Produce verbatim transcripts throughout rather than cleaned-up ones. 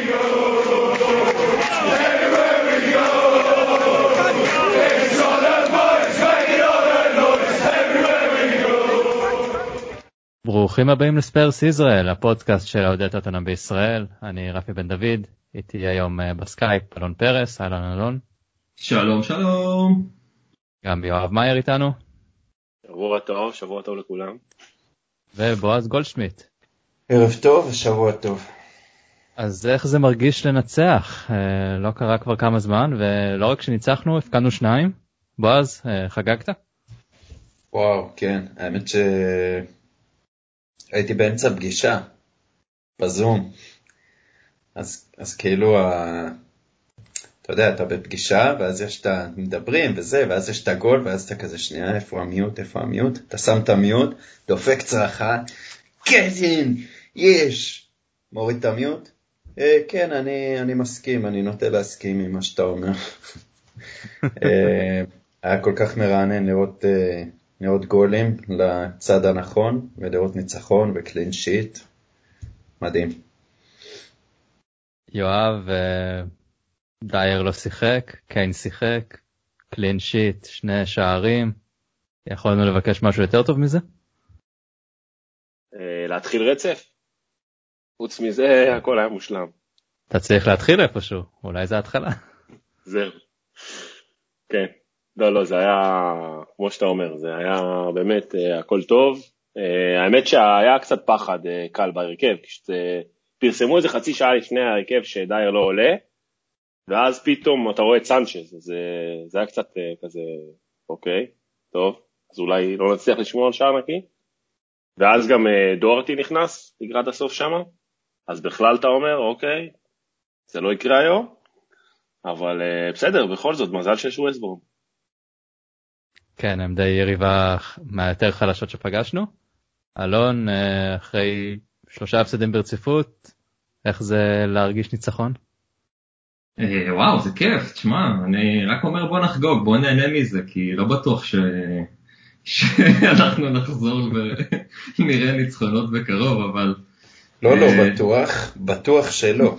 ברוכים הבאים לספרס ישראל, הפודקאסט של אוהדי טוטנהאם בישראל. אני רפי בן דוד, איתי היום בסקייפ אלון פרס. אהלן אלון. שלום שלום. גם יואב מאייר איתנו. שבוע טוב, שבוע טוב לכולם. ובועז גולדשמיט. ערב טוב ושבוע טוב. אז איך זה מרגיש לנצח? לא קרה כבר כמה זמן, ולא רק שניצחנו, הפקענו שניים. בועז, חגגת? וואו, כן, האמת ש... הייתי באמצע פגישה, בזום, אז, אז כאילו, ה... אתה יודע, אתה בפגישה, ואז יש את המדברים וזה, ואז יש את הגול, ואז אתה כזה שנייה, איפה המיוט, איפה המיוט, אתה שם את המיוט, דופק צרחה, כן, יש, מוריד את המיוט, אה, כן, אני, אני מסכים, אני נוטה להסכים עם מה שאתה אומר. אה, היה כל כך מרענן לראות... אה, לראות גולים לצד הנכון, ולראות ניצחון וקלין שיט. מדהים. יואב, דייר לא שיחק, קיין שיחק, קלין שיט, שני שערים. יכולנו לבקש משהו יותר טוב מזה? להתחיל רצף. חוץ מזה, הכל היה מושלם. אתה צריך להתחיל איפשהו, אולי זה ההתחלה. זהו. כן. לא, לא, זה היה, כמו שאתה אומר, זה היה באמת הכל טוב. האמת שהיה קצת פחד קל בהרכב, כשפרסמו איזה חצי שעה לפני ההרכב שדייר לא עולה, ואז פתאום אתה רואה את סנצ'ז, אז זה היה קצת כזה, אוקיי, טוב, אז אולי לא נצליח לשמור על שער נקי. ואז גם דוארטי נכנס לקראת הסוף שמה, אז בכלל אתה אומר, אוקיי, זה לא יקרה היום, אבל בסדר, בכל זאת, מזל שיש ווסטברום. כן, הם די יריבה מהיותר חלשות שפגשנו. אלון, אחרי שלושה הפסדים ברציפות, איך זה להרגיש ניצחון? וואו, זה כיף, תשמע, אני רק אומר בוא נחגוג, בוא נהנה מזה, כי לא בטוח ש... שאנחנו נחזור ונראה ניצחונות בקרוב, אבל... לא, לא, בטוח, בטוח שלא.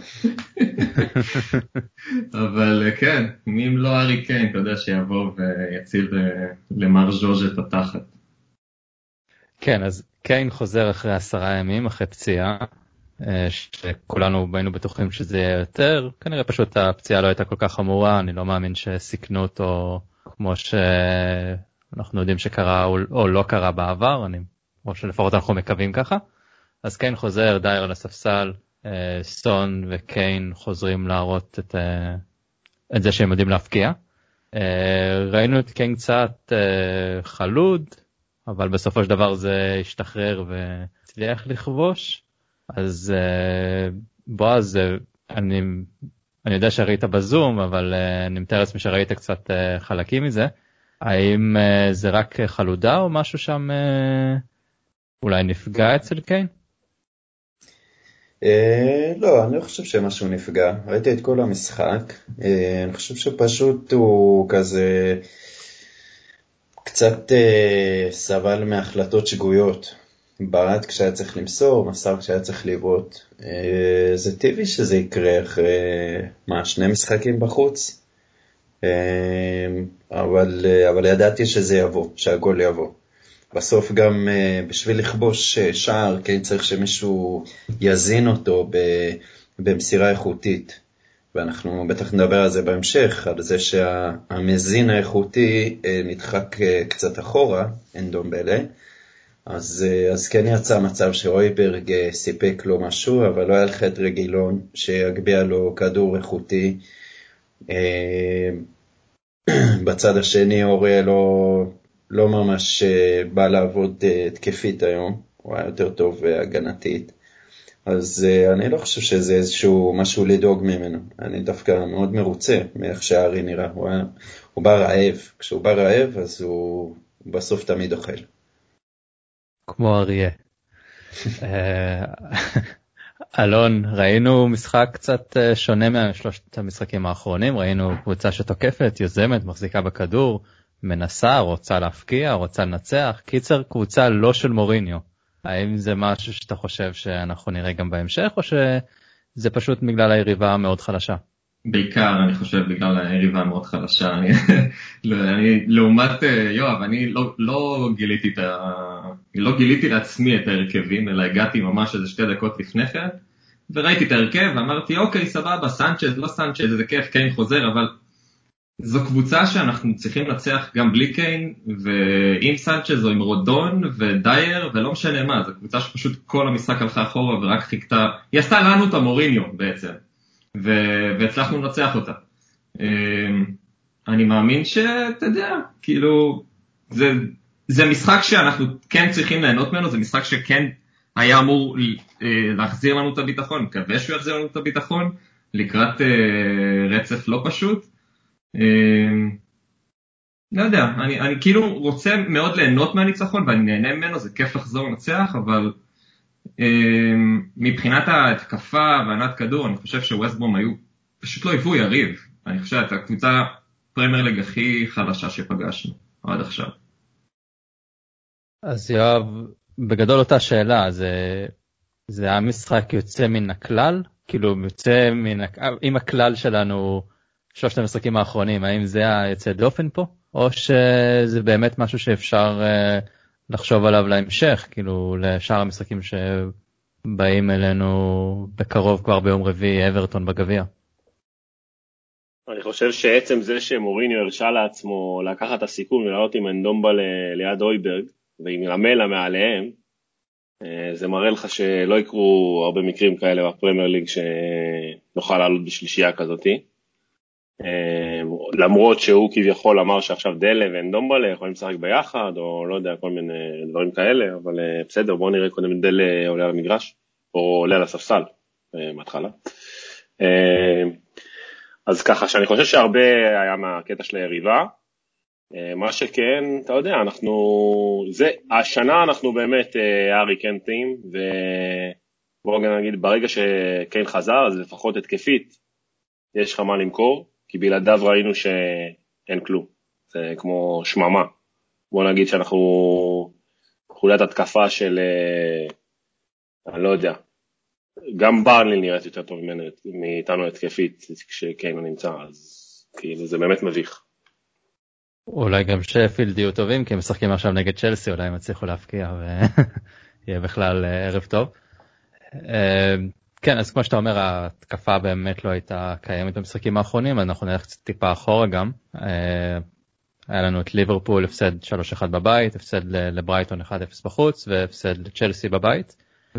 אבל כן, אם לא ארי קיין, אתה יודע שיבוא ויציל למר ז'וז' את התחת. כן, אז קיין חוזר אחרי עשרה ימים, אחרי פציעה, שכולנו היינו בטוחים שזה יהיה יותר, כנראה פשוט הפציעה לא הייתה כל כך חמורה, אני לא מאמין שסיכנו אותו כמו שאנחנו יודעים שקרה או, או לא קרה בעבר, אני, או שלפחות אנחנו מקווים ככה. אז קיין חוזר, דייר על הספסל, סון וקיין חוזרים להראות את, את זה שהם יודעים להפקיע. ראינו את קיין קצת חלוד, אבל בסופו של דבר זה השתחרר והצליח לכבוש. אז בועז, אני, אני יודע שראית בזום, אבל אני מתאר לעצמי שראית קצת חלקים מזה. האם זה רק חלודה או משהו שם אולי נפגע אצל קיין? לא, אני לא חושב שמשהו נפגע. ראיתי את כל המשחק. אני חושב שפשוט הוא כזה קצת סבל מהחלטות שגויות. בעט כשהיה צריך למסור, מסר כשהיה צריך לבעוט. זה טבעי שזה יקרה אחרי מה, שני משחקים בחוץ. אבל, אבל ידעתי שזה יבוא, שהגול יבוא. בסוף גם uh, בשביל לכבוש uh, שער, כן, צריך שמישהו יזין אותו במסירה איכותית. ואנחנו בטח נדבר על זה בהמשך, על זה שהמזין האיכותי uh, נדחק uh, קצת אחורה, אין דומבלה. אז, uh, אז כן יצא מצב שאויברג uh, סיפק לו משהו, אבל לא היה לך את רגילון שיגביע לו כדור איכותי. Uh, בצד השני אוריה לא... לא ממש בא לעבוד תקפית היום, הוא היה יותר טוב הגנתית, אז אני לא חושב שזה איזשהו משהו לדאוג ממנו, אני דווקא מאוד מרוצה מאיך שהארי נראה, הוא, היה, הוא בא רעב, כשהוא בא רעב אז הוא בסוף תמיד אוכל. כמו אריה. אלון, ראינו משחק קצת שונה משלושת המשחקים האחרונים, ראינו קבוצה שתוקפת, יוזמת, מחזיקה בכדור, מנסה, רוצה להפקיע, רוצה לנצח, קיצר קבוצה לא של מוריניו. האם זה משהו שאתה חושב שאנחנו נראה גם בהמשך, או שזה זה פשוט בגלל היריבה המאוד חלשה. בעיקר אני חושב בגלל היריבה המאוד חלשה. אני, אני לעומת יואב, אני לא, לא גיליתי את ה... לא גיליתי לעצמי את ההרכבים, אלא הגעתי ממש איזה שתי דקות לפני כן, וראיתי את ההרכב ואמרתי אוקיי סבבה, סנצ'ז, לא סנצ'ז, זה כיף, קיין חוזר, אבל זו קבוצה שאנחנו צריכים לנצח גם בלי קיין, ועם סנצ'ז או עם רודון ודייר, ולא משנה מה, זו קבוצה שפשוט כל המשחק הלכה אחורה ורק חיכתה, היא עשתה לנו את המוריניו בעצם, ו- והצלחנו לנצח אותה. אני מאמין שאתה יודע, כאילו, זה, זה משחק שאנחנו כן צריכים ליהנות ממנו, זה משחק שכן היה אמור להחזיר לנו את הביטחון, מקווה שהוא יחזיר לנו את הביטחון, לקראת רצף לא פשוט. לא יודע, אני, אני כאילו רוצה מאוד ליהנות מהניצחון, ואני נהנה ממנו, זה כיף לחזור לנצח, אבל מבחינת ההתקפה וענת כדור, אני חושב שווסטברום היו, פשוט לא היוו יריב. אני חושב את הקבוצה פרמייר ליג הכי חלשה שפגשנו עד עכשיו. אז יואב, בגדול אותה שאלה, זה, זה היה משחק יוצא מן הכלל? כאילו יוצא מן, אם הכלל שלנו שלושת המשחקים האחרונים, האם זה היה יוצא דופן פה? או שזה באמת משהו שאפשר לחשוב עליו להמשך, כאילו לשאר המשחקים שבאים אלינו בקרוב כבר ביום רביעי, אברטון בגביע? אני חושב שעצם זה שמוריניו הרשה לעצמו לקחת את הסיכון ולעלות עם אנדומבה ליד אויברג, ועם רמלה מעליהם, זה מראה לך שלא יקרו הרבה מקרים כאלה בפרמייר ליג שנוכל לעלות בשלישייה כזאתי. למרות שהוא כביכול אמר שעכשיו דלה ואנדומבלה יכולים לשחק ביחד, או לא יודע, כל מיני דברים כאלה, אבל בסדר, בואו נראה קודם דלה עולה על המגרש, או עולה על הספסל מההתחלה. אז ככה שאני חושב שהרבה היה מהקטע של היריבה, מה שכן, אתה יודע, אנחנו, זה, השנה אנחנו באמת ארי קנטים, ובואו נגיד, ברגע שקיין חזר, אז לפחות התקפית, יש לך מה למכור, כי בלעדיו ראינו שאין כלום, זה כמו שממה. בואו נגיד שאנחנו חולת התקפה של, אני לא יודע, גם ברנלי נראית יותר טוב מאיתנו התקפית, כשקיין נמצא, אז כאילו זה באמת מביך. אולי גם שפילד יהיו טובים, כי הם משחקים עכשיו נגד צ'לסי, אולי הם הצליחו להפקיע ויהיה בכלל ערב טוב. כן, אז כמו שאתה אומר, ההתקפה באמת לא הייתה קיימת במשחקים האחרונים, אנחנו נלך קצת טיפה אחורה גם. היה לנו את ליברפול, הפסד שלוש אחת בבית, הפסד לברייטון אחד אפס בחוץ, והפסד לצ'לסי בבית.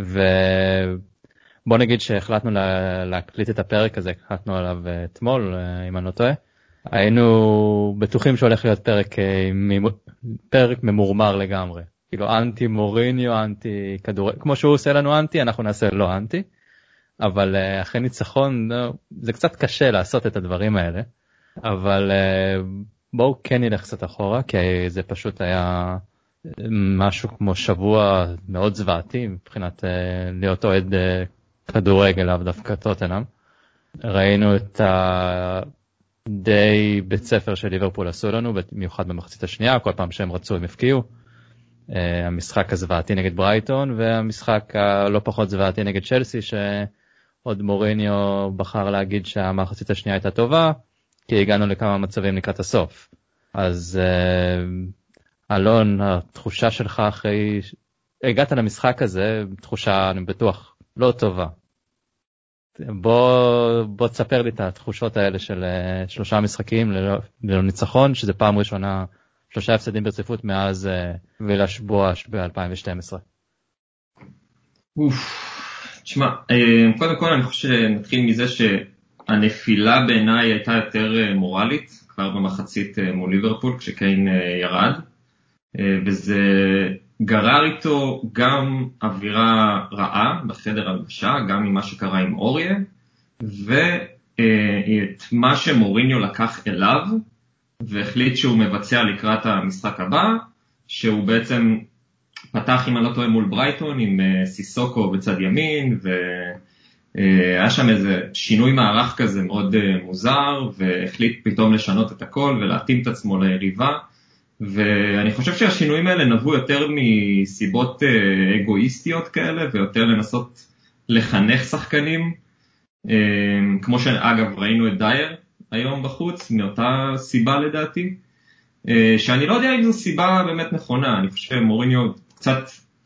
ובוא נגיד שהחלטנו להקליט את הפרק הזה, החלטנו עליו אתמול, אם אני לא טועה. היינו בטוחים שהולך להיות פרק, פרק ממורמר לגמרי. כאילו אנטי מוריניו, אנטי כדור, כמו שהוא עושה לנו אנטי, אנחנו נעשה לא אנטי. אבל אחרי ניצחון, זה קצת קשה לעשות את הדברים האלה. אבל בואו כן נלך קצת אחורה, כי זה פשוט היה משהו כמו שבוע מאוד זוועתי, מבחינת להיות אוהד כדורגל, לאו דווקא טוטנהאם. ראינו את ה... די בית ספר של ליברפול עשו לנו, במיוחד במחצית השנייה, כל פעם שהם רצו הם הפקיעו. המשחק הזוועתי נגד ברייטון, והמשחק הלא פחות זוועתי נגד צ'לסי, שעוד מוריניו בחר להגיד שהמחצית השנייה הייתה טובה, כי הגענו לכמה מצבים לקראת הסוף. אז אלון, התחושה שלך אחרי, הגעת למשחק הזה, תחושה אני בטוח לא טובה. בוא, בוא תספר לי את התחושות האלה של שלושה משחקים ללא, ללא ניצחון, שזה פעם ראשונה שלושה הפסדים ברציפות מאז וילש בואש ב-אלפיים ושתים עשרה. אוף, תשמע, קודם כל אני חושב שנתחיל מזה שהנפילה בעיניי הייתה יותר מורלית, כבר במחצית מול ליברפול, כשקיין ירד, וזה גרר איתו גם אווירה רעה בחדר הלבשה, גם ממה שקרה עם אוריה, ואת מה שמוריניו לקח אליו, והחליט שהוא מבצע לקראת המשחק הבא, שהוא בעצם פתח עם הלא טועה מול ברייטון, עם סיסוקו בצד ימין, והיה שם איזה שינוי מערך כזה מאוד מוזר, והחליט פתאום לשנות את הכל ולהתאים את עצמו ליריבה, ואני חושב שהשינויים האלה נבעו יותר מסיבות אגואיסטיות כאלה, ויותר לנסות לחנך שחקנים, כמו שאגב ראינו את דייר היום בחוץ, מאותה סיבה לדעתי, שאני לא יודע אם זו סיבה באמת נכונה, אני חושב מוריניו קצת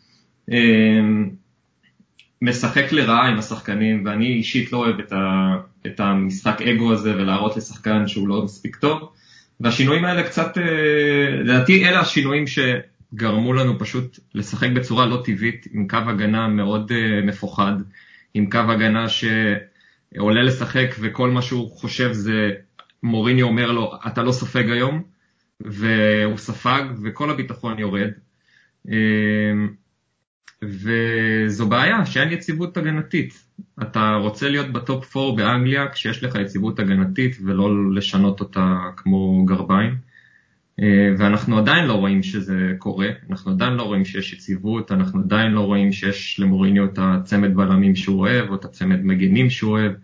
משחק לרעה עם השחקנים, ואני אישית לא אוהב את, ה, את המשחק אגו הזה ולהראות לשחקן שהוא לא מספיק טוב, והשינויים האלה קצת, לדעתי אלה השינויים שגרמו לנו פשוט לשחק בצורה לא טבעית, עם קו הגנה מאוד מפוחד, עם קו הגנה שעולה לשחק וכל מה שהוא חושב זה, מוריניו אומר לו, אתה לא ספג היום, והוא ספג וכל הביטחון יורד. וזו בעיה שאין יציבות הגנתית. אתה רוצה להיות בטופ ארבע באנגליה כשיש לך יציבות הגנתית ולא לשנות אותה כמו גרביים. ואנחנו עדיין לא רואים שזה קורה, אנחנו עדיין לא רואים שיש יציבות, אנחנו עדיין לא רואים שיש למוריניו את הצמד בלמים שהוא אוהב או את הצמד מגנים שהוא אוהב.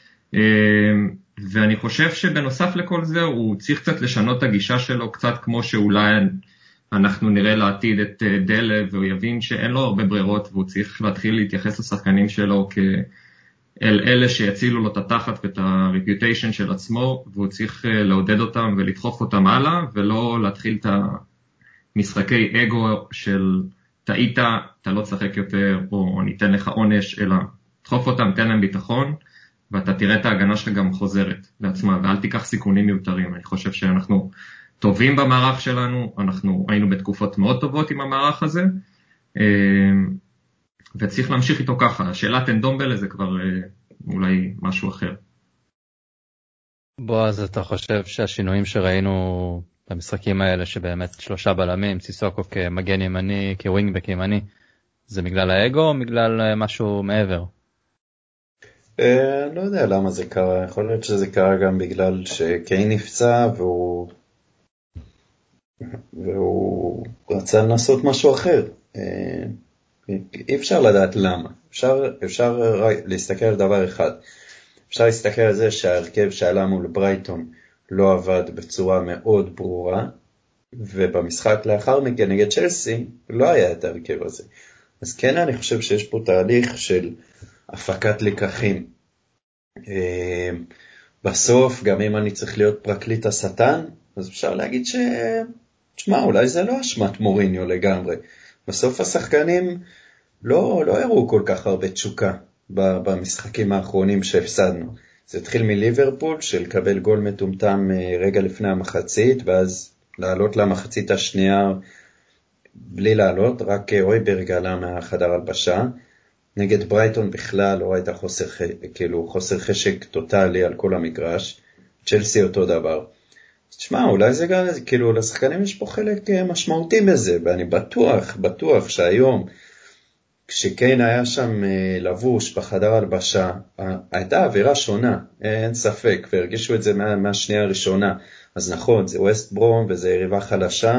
ואני חושב שבנוסף לכל זה הוא צריך קצת לשנות את הגישה שלו, קצת כמו שאולי אנחנו נראה לעתיד את דלה, והוא יבין שאין לו הרבה ברירות, והוא צריך להתחיל להתייחס לשחקנים שלו כאל אלה שיצילו לו את התחת ואת הרפיוטיישן של עצמו, והוא צריך לעודד אותם ולדחוף אותם הלאה, ולא להתחיל את המשחקי אגו של טעית, אתה לא תשחק יותר, או ניתן לך עונש, אלא דחוף אותם, תן להם ביטחון, ואתה תראה את ההגנה שלך גם חוזרת לעצמה, ואל תיקח סיכונים מיותרים. אני חושב שאנחנו טובים במערך שלנו, אנחנו היינו בתקופות מאוד טובות עם המערך הזה, וצריך להמשיך איתו ככה. שאלת אנדומבלה זה כבר אולי משהו אחר. בועז, אתה חושב שהשינויים שראינו במשחקים האלה, שבאמת שלושה בלמים, סיסוקו כמגן ימני, כווינגבק ימני, זה בגלל האגו או בגלל משהו מעבר? לא יודע למה זה קרה, יכול להיות שזה קרה גם בגלל שקיין נפצע והוא והוא רצה לנסות משהו אחר. אי אפשר לדעת למה, אפשר, אפשר להסתכל על דבר אחד, אפשר להסתכל על זה שההרכב שעלה מול ברייטון לא עבד בצורה מאוד ברורה, ובמשחק לאחר מכן נגד צ'לסי לא היה את ההרכב הזה. אז כן, אני חושב שיש פה תהליך של הפקת לקחים. בסוף, גם אם אני צריך להיות פרקליט השטן, אז אפשר להגיד ש... תשמע, אולי זה לא אשמת מוריניו לגמרי. בסוף השחקנים לא, לא הראו כל כך הרבה תשוקה במשחקים האחרונים שהפסדנו. זה התחיל מליברפול, של לקבל גול מטומטם רגע לפני המחצית, ואז לעלות למחצית השנייה בלי לעלות, רק אויברג עלה מהחדר הלבשה. נגד ברייטון בכלל לא הייתה חוסר, כאילו, חוסר חשק טוטלי על כל המגרש. צ'לסי אותו דבר. תשמע, אולי זה גם, כאילו, לשחקנים יש פה חלק משמעותי בזה, ואני בטוח, בטוח שהיום, כשקיין היה שם לבוש בחדר הלבשה, הייתה אווירה שונה, אין ספק, והרגישו את זה מה, מהשנייה הראשונה. אז נכון, זה ווסט ברום וזה יריבה חלשה,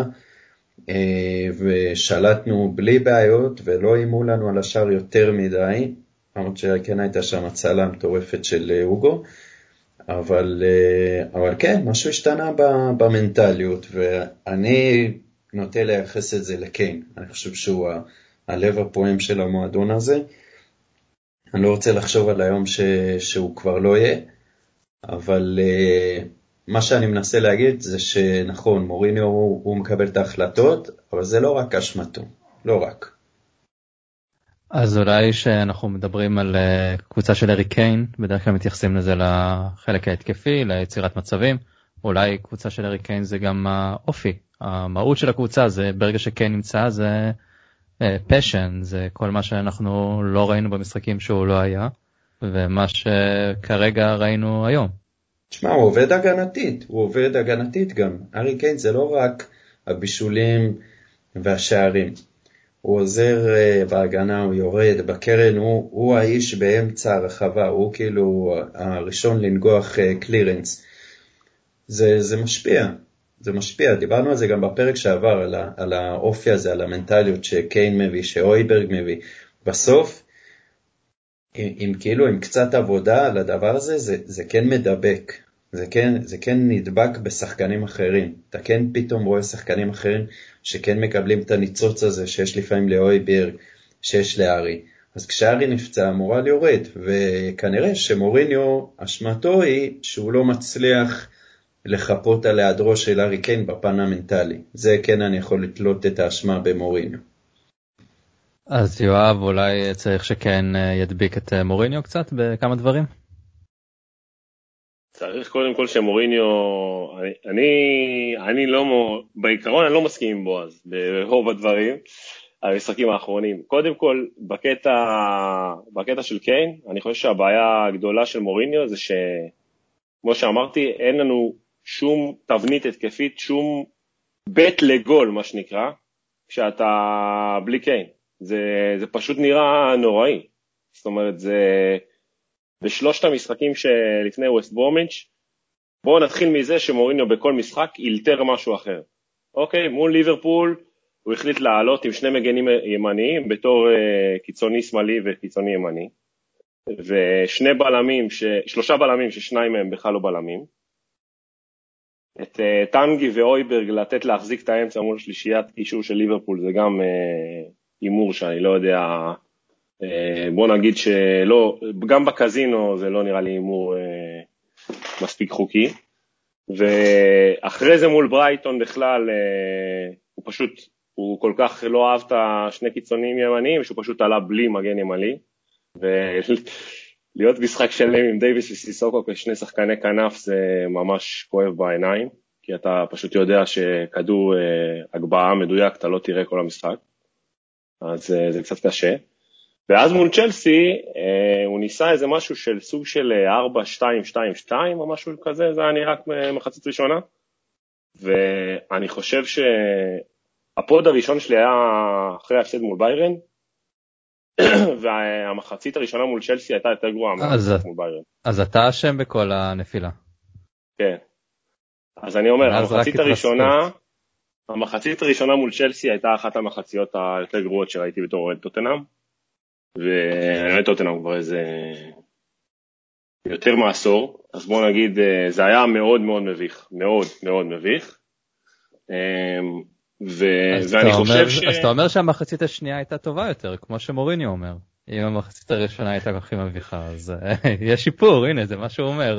ושלטנו בלי בעיות, ולא אימו לנו על השאר יותר מדי, למרות שכן הייתה שם הצלה מטורפת של אוגו, אבל, אבל כן, משהו השתנה במנטליות, ואני נוטה לייחס את זה לקיין. אני חושב שהוא הלב הפועם של המועדון הזה. אני לא רוצה לחשוב על היום ש, שהוא כבר לא יהיה, אבל מה שאני מנסה להגיד זה שנכון, מוריניו הוא, הוא מקבל את ההחלטות, אבל זה לא רק אשמתו, לא רק. אז אולי שאנחנו מדברים על קבוצה של ארי קיין, בדרך כלל מתייחסים לזה לחלק ההתקפי, ליצירת מצבים, אולי קבוצה של ארי קיין זה גם האופי, המהות של הקבוצה, זה ברגע שקיין נמצא זה פשן, זה כל מה שאנחנו לא ראינו במשחקים שהוא לא היה, ומה שכרגע ראינו היום. תשמע, הוא עובד הגנתית, הוא עובד הגנתית גם. ארי קיין זה לא רק הבישולים והשערים. הוא עוזר בהגנה, הוא יורד בקרן, הוא, הוא האיש באמצע הרחבה, הוא כאילו הראשון לנגוח קלירנס. זה, זה משפיע, זה משפיע. דיברנו על זה גם בפרק שעבר, על, ה, על האופי הזה, על המנטליות שקיין מביא, שאויברג מביא. בסוף, עם, עם כאילו, עם קצת עבודה על הדבר הזה, זה, זה כן מדבק. זה כן, זה כן נדבק בשחקנים אחרים. אתה כן פתאום רואה שחקנים אחרים שכן מקבלים את הניצוץ הזה שיש לפעמים לאויברג, שיש לארי. אז כשארי נפצע, מורל יורד, וכנראה שמוריניו, אשמתו היא שהוא לא מצליח לחפות על היעדרו של הארי קיין בפן המנטלי. זה כן אני יכול לתלות את האשמה במוריניו. אז יואב, אולי צריך שכן ידביק את מוריניו קצת בכמה דברים? צריך קודם כל שמוריניו, אני, אני, אני לא, בעיקרון אני לא מסכים עם בועז, ברוב הדברים, המשחקים האחרונים. קודם כל, בקטע, בקטע של קיין, אני חושב שהבעיה הגדולה של מוריניו זה שכמו שאמרתי, אין לנו שום תבנית התקפית, שום בית לגול, מה שנקרא, כשאתה בלי קיין. זה, זה פשוט נראה נוראי. זאת אומרת, זה בשלושת המשחקים שלפני ווסט ברומיץ', בואו נתחיל מזה שמוריניו בכל משחק ילתר משהו אחר. אוקיי, מול ליברפול, הוא החליט לעלות עם שני מגנים ימניים, בתור uh, קיצוני שמאלי וקיצוני ימני, ושני בלמים, ש... שלושה בלמים ששניים מהם בכלל לא בלמים, את uh, טנגי ואויברג לתת להחזיק את האמצע מול שלישיית קישור של ליברפול, זה גם uh, אימור שאני לא יודע, uh, בוא נגיד שלא, גם בקזינו זה לא נראה לי אימור uh, מספיק חוקי, ואחרי זה מול ברייטון בכלל, uh, הוא פשוט, הוא כל כך לא אהב את השני קיצונים ימניים, שהוא פשוט עלה בלי מגן ימני, ולהיות משחק שלם עם דייביס וסיסוקו כשני שחקני כנף זה ממש כואב בעיניים, כי אתה פשוט יודע שכדור הגבהה מדויק, אתה לא תראה כל המשחק, אז זה קצת קשה. ואז מול צ'לסי, הוא ניסה איזה משהו של סוג של ארבע שתיים שתיים שתיים או משהו כזה, זה היה נראה מחצית ראשונה, ואני חושב ש... הפוד הראשון שלי היה אחרי ההפסד מול ביירן, והמחצית הראשונה מול צ'לסי הייתה יותר גרועה מול ביירן. אז אתה אשם בכל הנפילה. כן. אז אני אומר, המחצית הראשונה, המחצית הראשונה מול צ'לסי הייתה אחת המחציות היותר גרועות שראיתי בתור אוהד טוטנהאם, ואני אוהד טוטנהאם כבר איזה יותר מעשור, אז בוא נגיד, זה היה מאוד מאוד מביך, מאוד מאוד מביך. ואני חושב ש... אז אתה אומר שהמחצית השנייה הייתה טובה יותר, כמו שמוריניו אומר. אם המחצית הראשונה הייתה כל כך מביכה, אז יש שיפור, הנה, זה מה שהוא אומר.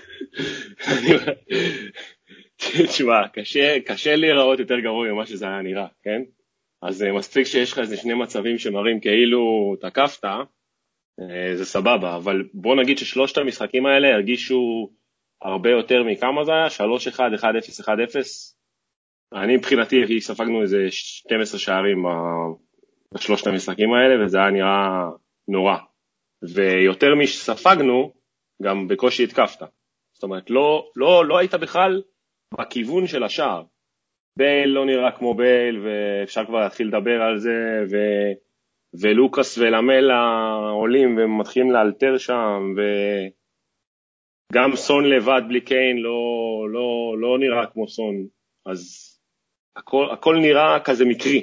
תשמע, קשה להיראות יותר גרוע ממה שזה היה נראה, כן? אז מספיק שיש לך איזה שני מצבים שמראים כאילו תקפת, זה סבבה, אבל בוא נגיד ששלושת המשחקים האלה הרגישו הרבה יותר מכמה זה היה, שלוש אחד, אחד אפס, אחד אפס, אני מבחינתי ספגנו איזה שנים עשר שערים בשלושת המשחקים האלה, וזה היה נראה נורא. ויותר משספגנו, גם בקושי התקפת. זאת אומרת, לא, לא, לא היית בכלל בכיוון של השער. בייל לא נראה כמו בייל, ואפשר כבר להתחיל לדבר על זה, ו... ולוקאס ולמלה עולים ומתחילים לאלתר שם, וגם סון לבד בלי קיין לא, לא, לא נראה כמו סון. אז הכל, הכל נראה כזה מקרי.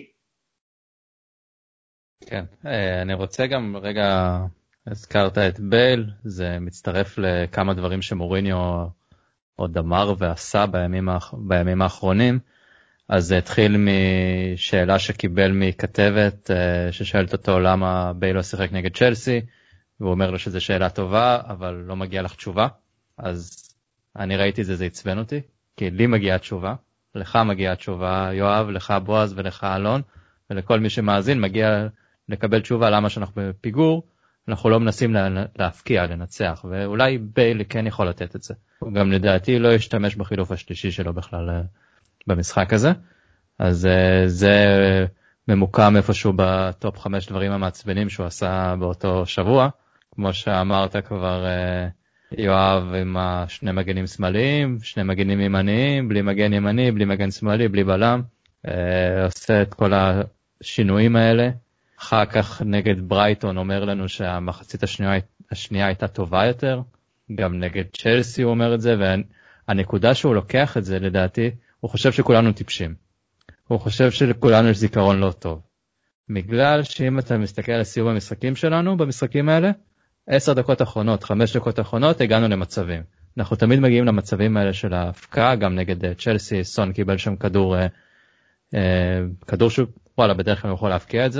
כן, אני רוצה גם רגע, הזכרת את בייל, זה מצטרף לכמה דברים שמוריניו עוד אמר ועשה בימים, בימים האחרונים, אז זה התחיל משאלה שקיבל מכתבת ששאלת אותו למה בייל לא שיחק נגד צ'לסי, והוא אומר לו שזו שאלה טובה, אבל לא מגיע לך תשובה, אז אני ראיתי זה, זה עצבן אותי, כי לי מגיעה תשובה, לך מגיעה תשובה, יואב, לך בועז ולך אלון, ולכל מי שמאזין מגיע לקבל תשובה למה שאנחנו בפיגור, אנחנו לא מנסים להפקיע, לנצח, ואולי בייל כן יכול לתת את זה. הוא גם לדעתי לא ישתמש בחילוף השלישי שלו בכלל במשחק הזה, אז זה ממוקם איפשהו בטופ חמש דברים המעצבנים שהוא עשה באותו שבוע, כמו שאמרת כבר יואב עם שני מגנים שמאליים, שני מגנים ימניים, בלי מגן ימני, בלי מגן שמאלי, בלי בלם, עושה את כל השינויים האלה. אחר כך נגד ברייטון אומר לנו שהמחצית השנייה, השנייה הייתה טובה יותר, גם נגד צ'לסי הוא אומר את זה, והנקודה שהוא לוקח את זה לדעתי, הוא חושב שכולנו טיפשים. הוא חושב שלכולנו יש זיכרון לא טוב. בגלל שאם אתה מסתכל על סיום המשחקים שלנו, במשחקים האלה, עשר דקות אחרונות, חמש דקות אחרונות, הגענו למצבים. אנחנו תמיד מגיעים למצבים האלה של ההפקעה, גם נגד צ'לסי, סון קיבל שם כדור, כדור שהוא, וואלה, בדרך כלל הוא יכול להפקיע את זה.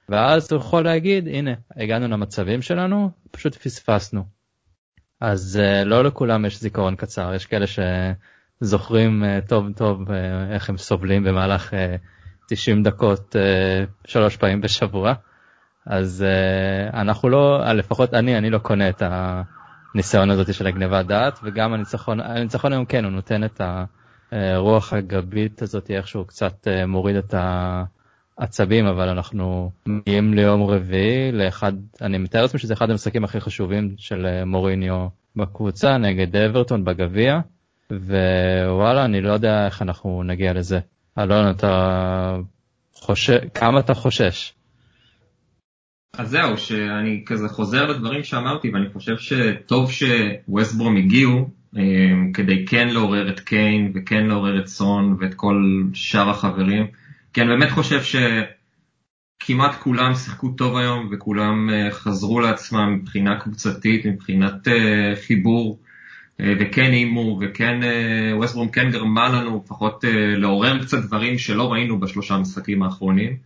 ואז הוא יכול להגיד, הנה, הגענו למצבים שלנו, פשוט פספסנו. אז לא לכולם יש זיכרון קצר, יש כאלה שזוכרים טוב טוב איך הם סובלים במהלך תשעים דקות שלוש פעמים בשבוע. אז אנחנו לא, לפחות אני, אני לא קונה את הניסיון הזאת של הגניבת דעת, וגם הניצחון, הניצחון היום כן, הוא נותן את הרוח הגבית הזאת, איכשהו קצת מוריד את העצבים, אבל אנחנו מגיעים ליום רביעי, לאחד, אני מתאר לעצמי שזה אחד המשחקים הכי חשובים של מוריניו בקבוצה, נגד אברטון בגביע, ווואלה, אני לא יודע איך אנחנו נגיע לזה. אלון, אתה חושש, כמה אתה חושש? אז זהו, שאני כזה חוזר לדברים שאמרתי, ואני חושב שטוב שווסט ברום הגיעו, כדי כן לעורר את קיין, וכן לעורר את סון, ואת כל שאר החברים, כי אני באמת חושב שכמעט כולם שיחקו טוב היום, וכולם חזרו לעצמם מבחינה קבוצתית, מבחינת חיבור, וכן אימו, וכן ווסט ברום כן גרמה לנו, לפחות לעורר קצת דברים שלא ראינו בשלושה משחקים האחרונים.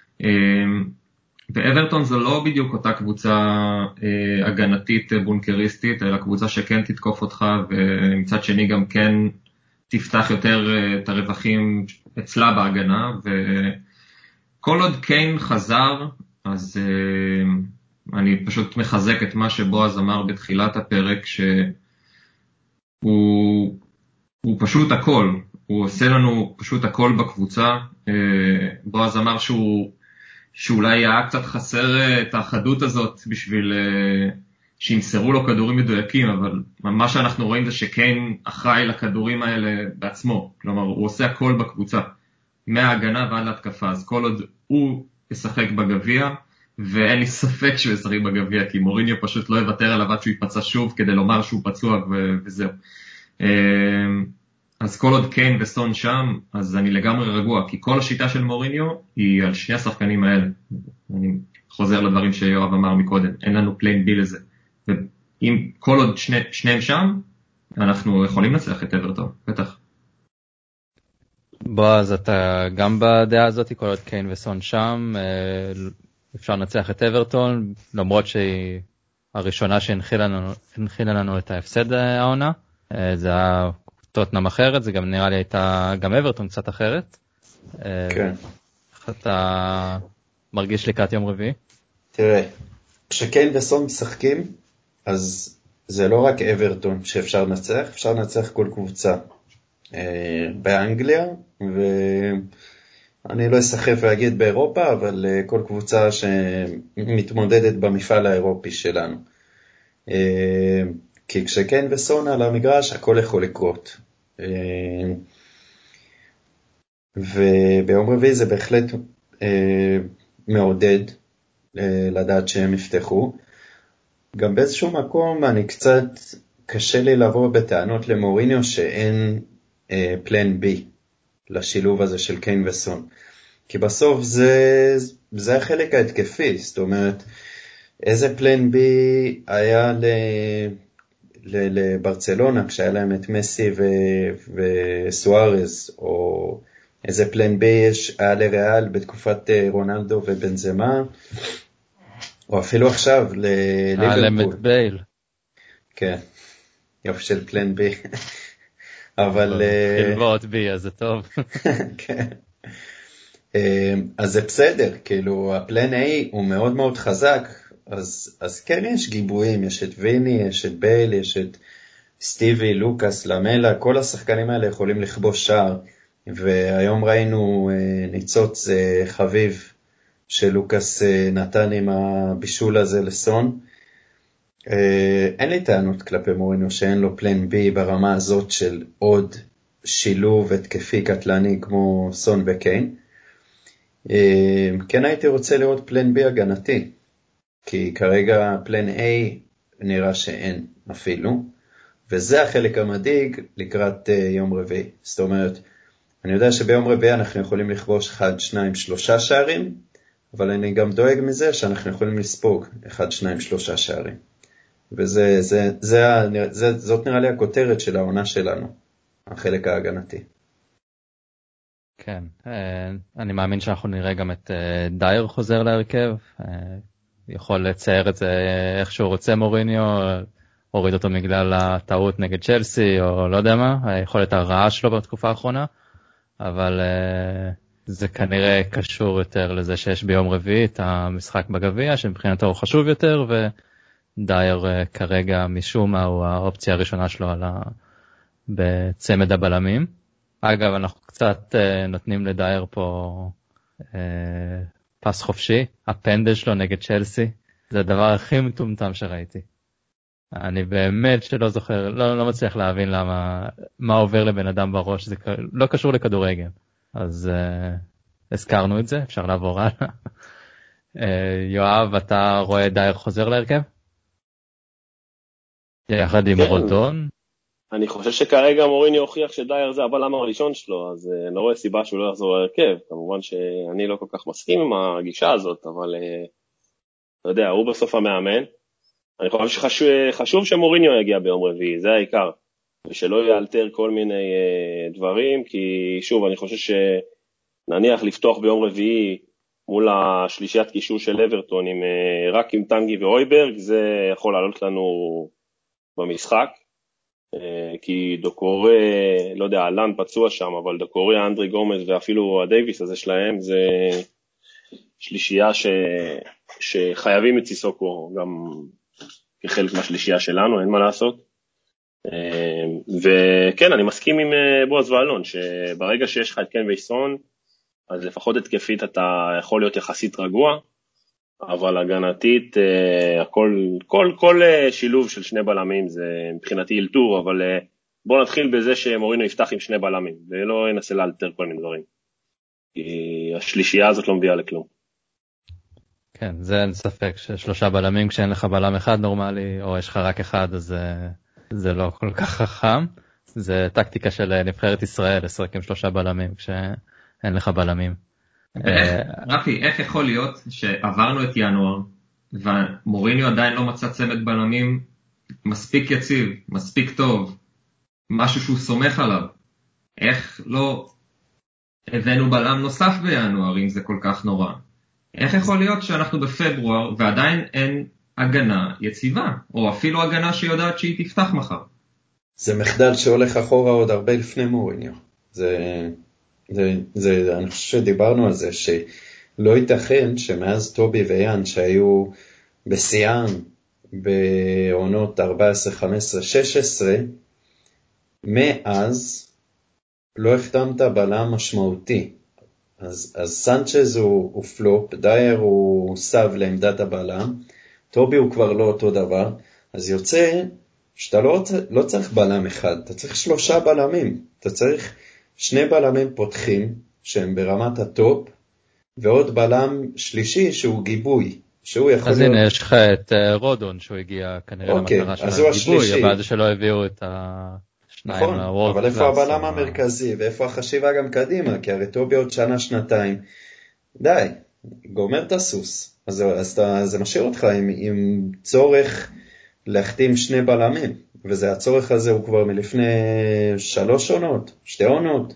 ואברטון זו לא בדיוק אותה קבוצה אה, הגנתית בונקריסטית, אלא קבוצה שכן תתקוף אותך, ומצד שני גם כן תפתח יותר אה, את הרווחים אצלה בהגנה, וכל עוד קיין חזר, אז אה, אני פשוט מחזק את מה שבועז אמר בתחילת הפרק, שהוא הוא פשוט הכל, הוא עושה לנו פשוט הכל בקבוצה. אה, בועז אמר שהוא שאולי היה קצת חסר את האחדות הזאת בשביל שימסרו לו כדורים מדויקים, אבל מה שאנחנו רואים זה שקיין אחראי לכדורים האלה בעצמו, כלומר הוא עושה הכל בקבוצה, מההגנה ועד להתקפה, אז כל עוד הוא ישחק בגביע, ואין לי ספק שהוא ישחק בגביע, כי מוריניו פשוט לא יוותר עליו עד שהוא ייפצע שוב כדי לומר שהוא פצוע וזהו. אז כל עוד קיין וסון שם, אז אני לגמרי רגוע, כי כל השיטה של מוריניו היא על שני השחקנים האלה. אני חוזר לדברים שיואב אמר מקודם, אין לנו פליין בי לזה. ואם כל עוד שני, שניהם שם, אנחנו יכולים לצלח את אברטון, בטח. בועז, אתה גם בדעה הזאת, כל עוד קיין וסון שם, אפשר לנצח את אברטון, למרות שהיא הראשונה שהנחילה לנו, הנחילה לנו את ההפסד העונה. זה היה טוטנהאם אחרת, זה גם נראה לי הייתה גם אברטון קצת אחרת. כן. איך אתה מרגיש לקראת יום רביעי? תראה, כשקיין וסון משחקים, אז זה לא רק אברטון שאפשר לנצח, אפשר לנצח כל קבוצה באנגליה, ואני לא אסחף ואגיד באירופה, אבל כל קבוצה שמתמודדת במפעל האירופי שלנו. כי כשקיין וסון על המגרש, הכל יכול לקרות. וביום רביעי זה בהחלט מעודד לדעת שהם יפתחו. גם באיזשהו מקום אני קצת קשה לי לבוא בטענות למוריניו שאין פלן בי לשילוב הזה של קיין וסון. כי בסוף זה, זה החלק ההתקפי, זאת אומרת, איזה פלן בי היה ל... לברצלונה כשהיה להם את מסי וסוארז, או איזה פלן בי יש היה לריאל בתקופת רונלדו ובנזמה, או אפילו עכשיו לליברפול. היה להם את בייל. כן, יופי של פלן בי. אבל... חלבות בי, אז זה טוב. כן. אז זה בסדר, כאילו הפלן A הוא מאוד מאוד חזק, אז, אז כן יש גיבויים, יש את ויני, יש את בייל, יש את סטיבי, לוקאס, למלה, כל השחקנים האלה יכולים לכבוש שער, והיום ראינו ניצוץ חביב שלוקאס נתן עם הבישול הזה לסון. אין לי טענות כלפי מוריניו שאין לו פלן בי ברמה הזאת של עוד שילוב התקפי קטלני כמו סון וקיין. כן הייתי רוצה לראות פלן בי הגנתי, כי כרגע פלן A נראה שאין אפילו, וזה החלק המדאיג לקראת יום רביעי. זאת אומרת, אני יודע שביום רביעי אנחנו יכולים לכבוש אחד, שניים, שלושה שערים, אבל אני גם דואג מזה שאנחנו יכולים לספוג אחד, שניים, שלושה שערים. וזה, זה, זה, זה, זאת נראה לי הכותרת של העונה שלנו, החלק ההגנתי. כן, אני מאמין שאנחנו נראה גם את דייר חוזר להרכב, יכול לצייר את זה איך שהוא רוצה מוריניו, הוריד אותו בגלל הטעות נגד צ'לסי או לא יודע מה, היכולת הרעה שלו בתקופה האחרונה, אבל זה כנראה קשור יותר לזה שיש ביום רביעי את המשחק בגביע, שמבחינתו הוא חשוב יותר, ודייר כרגע משום מה הוא האופציה הראשונה שלו על ה... בצמד הבלמים. אגב, אנחנו קצת נותנים לדייר פה פס חופשי, הפנדל שלו נגד צ'לסי, זה הדבר הכי מטומטם שראיתי. אני באמת שלא זוכר, לא, לא מצליח להבין למה, מה עובר לבן אדם בראש, זה לא קשור לכדורגל. אז uh, הזכרנו את זה, אפשר לעבור הלאה. uh, יואב, אתה רואה דייר חוזר להרכב? יחד עם רודון? אני חושב שכרגע מוריני הוכיח שדייר זה הבלם הראשון שלו, אז uh, אני לא רואה סיבה שהוא לא יחזור להרכב. כמובן שאני לא כל כך מסכים עם הגישה הזאת, אבל uh, אתה יודע, הוא בסוף המאמן. אני חושב שחשוב שמוריניו יגיע ביום רביעי, זה העיקר. ושלא יאלתר כל מיני uh, דברים, כי שוב, אני חושב שנניח לפתוח ביום רביעי מול השלישיית קישור של אברטון, עם, uh, רק עם טנגי ואויברג, זה יכול לעלות לנו במשחק, uh, כי דוקורי, לא יודע, אלן פצוע שם, אבל דוקורי, אנדרי גומז ואפילו הדייביס הזה שלהם, זה שלישייה ש... שחייבים את סיסוקו גם כחלק מהשלישייה שלנו, אין מה לעשות. וכן, אני מסכים עם בועז ואלון, שברגע שיש לך את קן וייסון, אז לפחות התקפית אתה יכול להיות יחסית רגוע, אבל הגנתית, הכל, כל, כל שילוב של שני בלמים זה מבחינתי אילתור, אבל בואו נתחיל בזה שמורינו יפתח עם שני בלמים, ולא ינסה לאלתר כל מיני דברים. כי השלישייה הזאת לא מביאה לכלום. כן, זה אין ספק ששלושה בלמים כשאין לך בלם אחד נורמלי, או יש לך רק אחד, אז זה לא כל כך חכם. זה טקטיקה של נבחרת ישראל, לשחק עם שלושה בלמים כשאין לך בלמים. רפי, איך יכול להיות שעברנו את ינואר, ומוריניו עדיין לא מצא צמד בלמים מספיק יציב, מספיק טוב, משהו שהוא סומך עליו? איך לא הבאנו בלם נוסף בינואר, אם זה כל כך נורא? איך יכול להיות שאנחנו בפברואר ועדיין אין הגנה יציבה, או אפילו הגנה שיודעת שהיא תפתח מחר? זה מחדל שהולך אחורה עוד הרבה לפני מוריניו. זה, זה, זה, אני חושב שדיברנו על זה, שלא ייתכן שמאז טובי ויאן שהיו בשיאן בעונות ארבע עשרה, חמש עשרה, שש עשרה, מאז לא החתמת בלם משמעותי. אז, אז סנצ'ז הוא, הוא פלופ, דייר הוא סב לעמדת הבלם, טובי הוא כבר לא אותו דבר, אז יוצא שאתה לא, לא צריך בלם אחד, אתה צריך שלושה בלמים, אתה צריך שני בלמים פותחים שהם ברמת הטופ, ועוד בלם שלישי שהוא גיבוי, שהוא יכול אז להיות... הנה יש לך את רודון שהוא הגיע כנראה אוקיי, למטרה של הגיבוי, הגיבוי, אבל זה שלא הביאו את ה... נכון, אבל איפה הבלם המרכזי ואיפה החשיבה גם קדימה, כי הרי טובי עוד שנה, שנתיים, די, גומר את הסוס, אז, אז אתה, זה משאיר אותך עם, עם צורך להחתים שני בלמים, וזה הצורך הזה הוא כבר מלפני שלוש עונות, שתי עונות.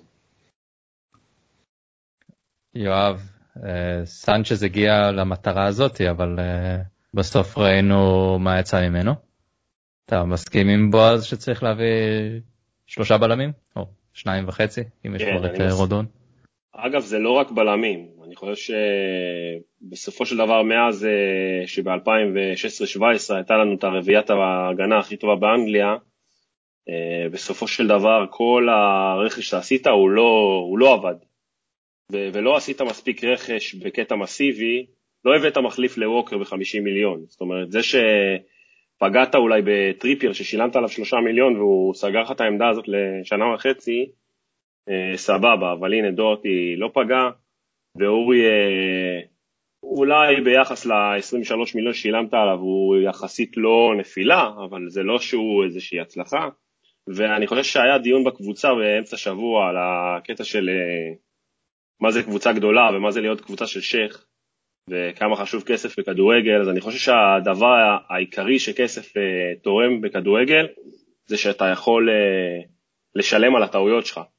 יואב, סנצ'ז הגיע למטרה הזאת, אבל בסוף ראינו מה יצא ממנו. אתה מסכים עם בועז שצריך להביא שלושה בלמים? או שניים וחצי, אם יש כבר את רודון? אגב, זה לא רק בלמים. אני חושב שבסופו של דבר, מאז שב-אלפיים ושש עשרה שבע עשרה הייתה לנו את הרביעיית ההגנה הכי טובה באנגליה, בסופו של דבר, כל הרכש שעשית הוא לא, הוא לא עבד. ו- ולא עשית מספיק רכש בקטע מסיבי, לא הבאת מחליף לווקר ב-חמישים מיליון. זאת אומרת, זה ש... פגעת אולי בטריפייר ששילמת עליו שלושה מיליון והוא סגר לך את העמדה הזאת לשנה וחצי, אה, סבבה, אבל הנה דורטי לא פגע, ואורי אה, אולי ביחס ל-עשרים ושלושה מיליון ששילמת עליו הוא יחסית לא נפילה, אבל זה לא שהוא איזושהי הצלחה, ואני חושב שהיה דיון בקבוצה באמצע שבוע על הקטע של אה, מה זה קבוצה גדולה ומה זה להיות קבוצה של שייך, וכמה חשוב כסף בכדורגל. אז אני חושב שהדבר העיקרי שכסף תורם בכדורגל, זה שאתה יכול לשלם על הטעויות שלך.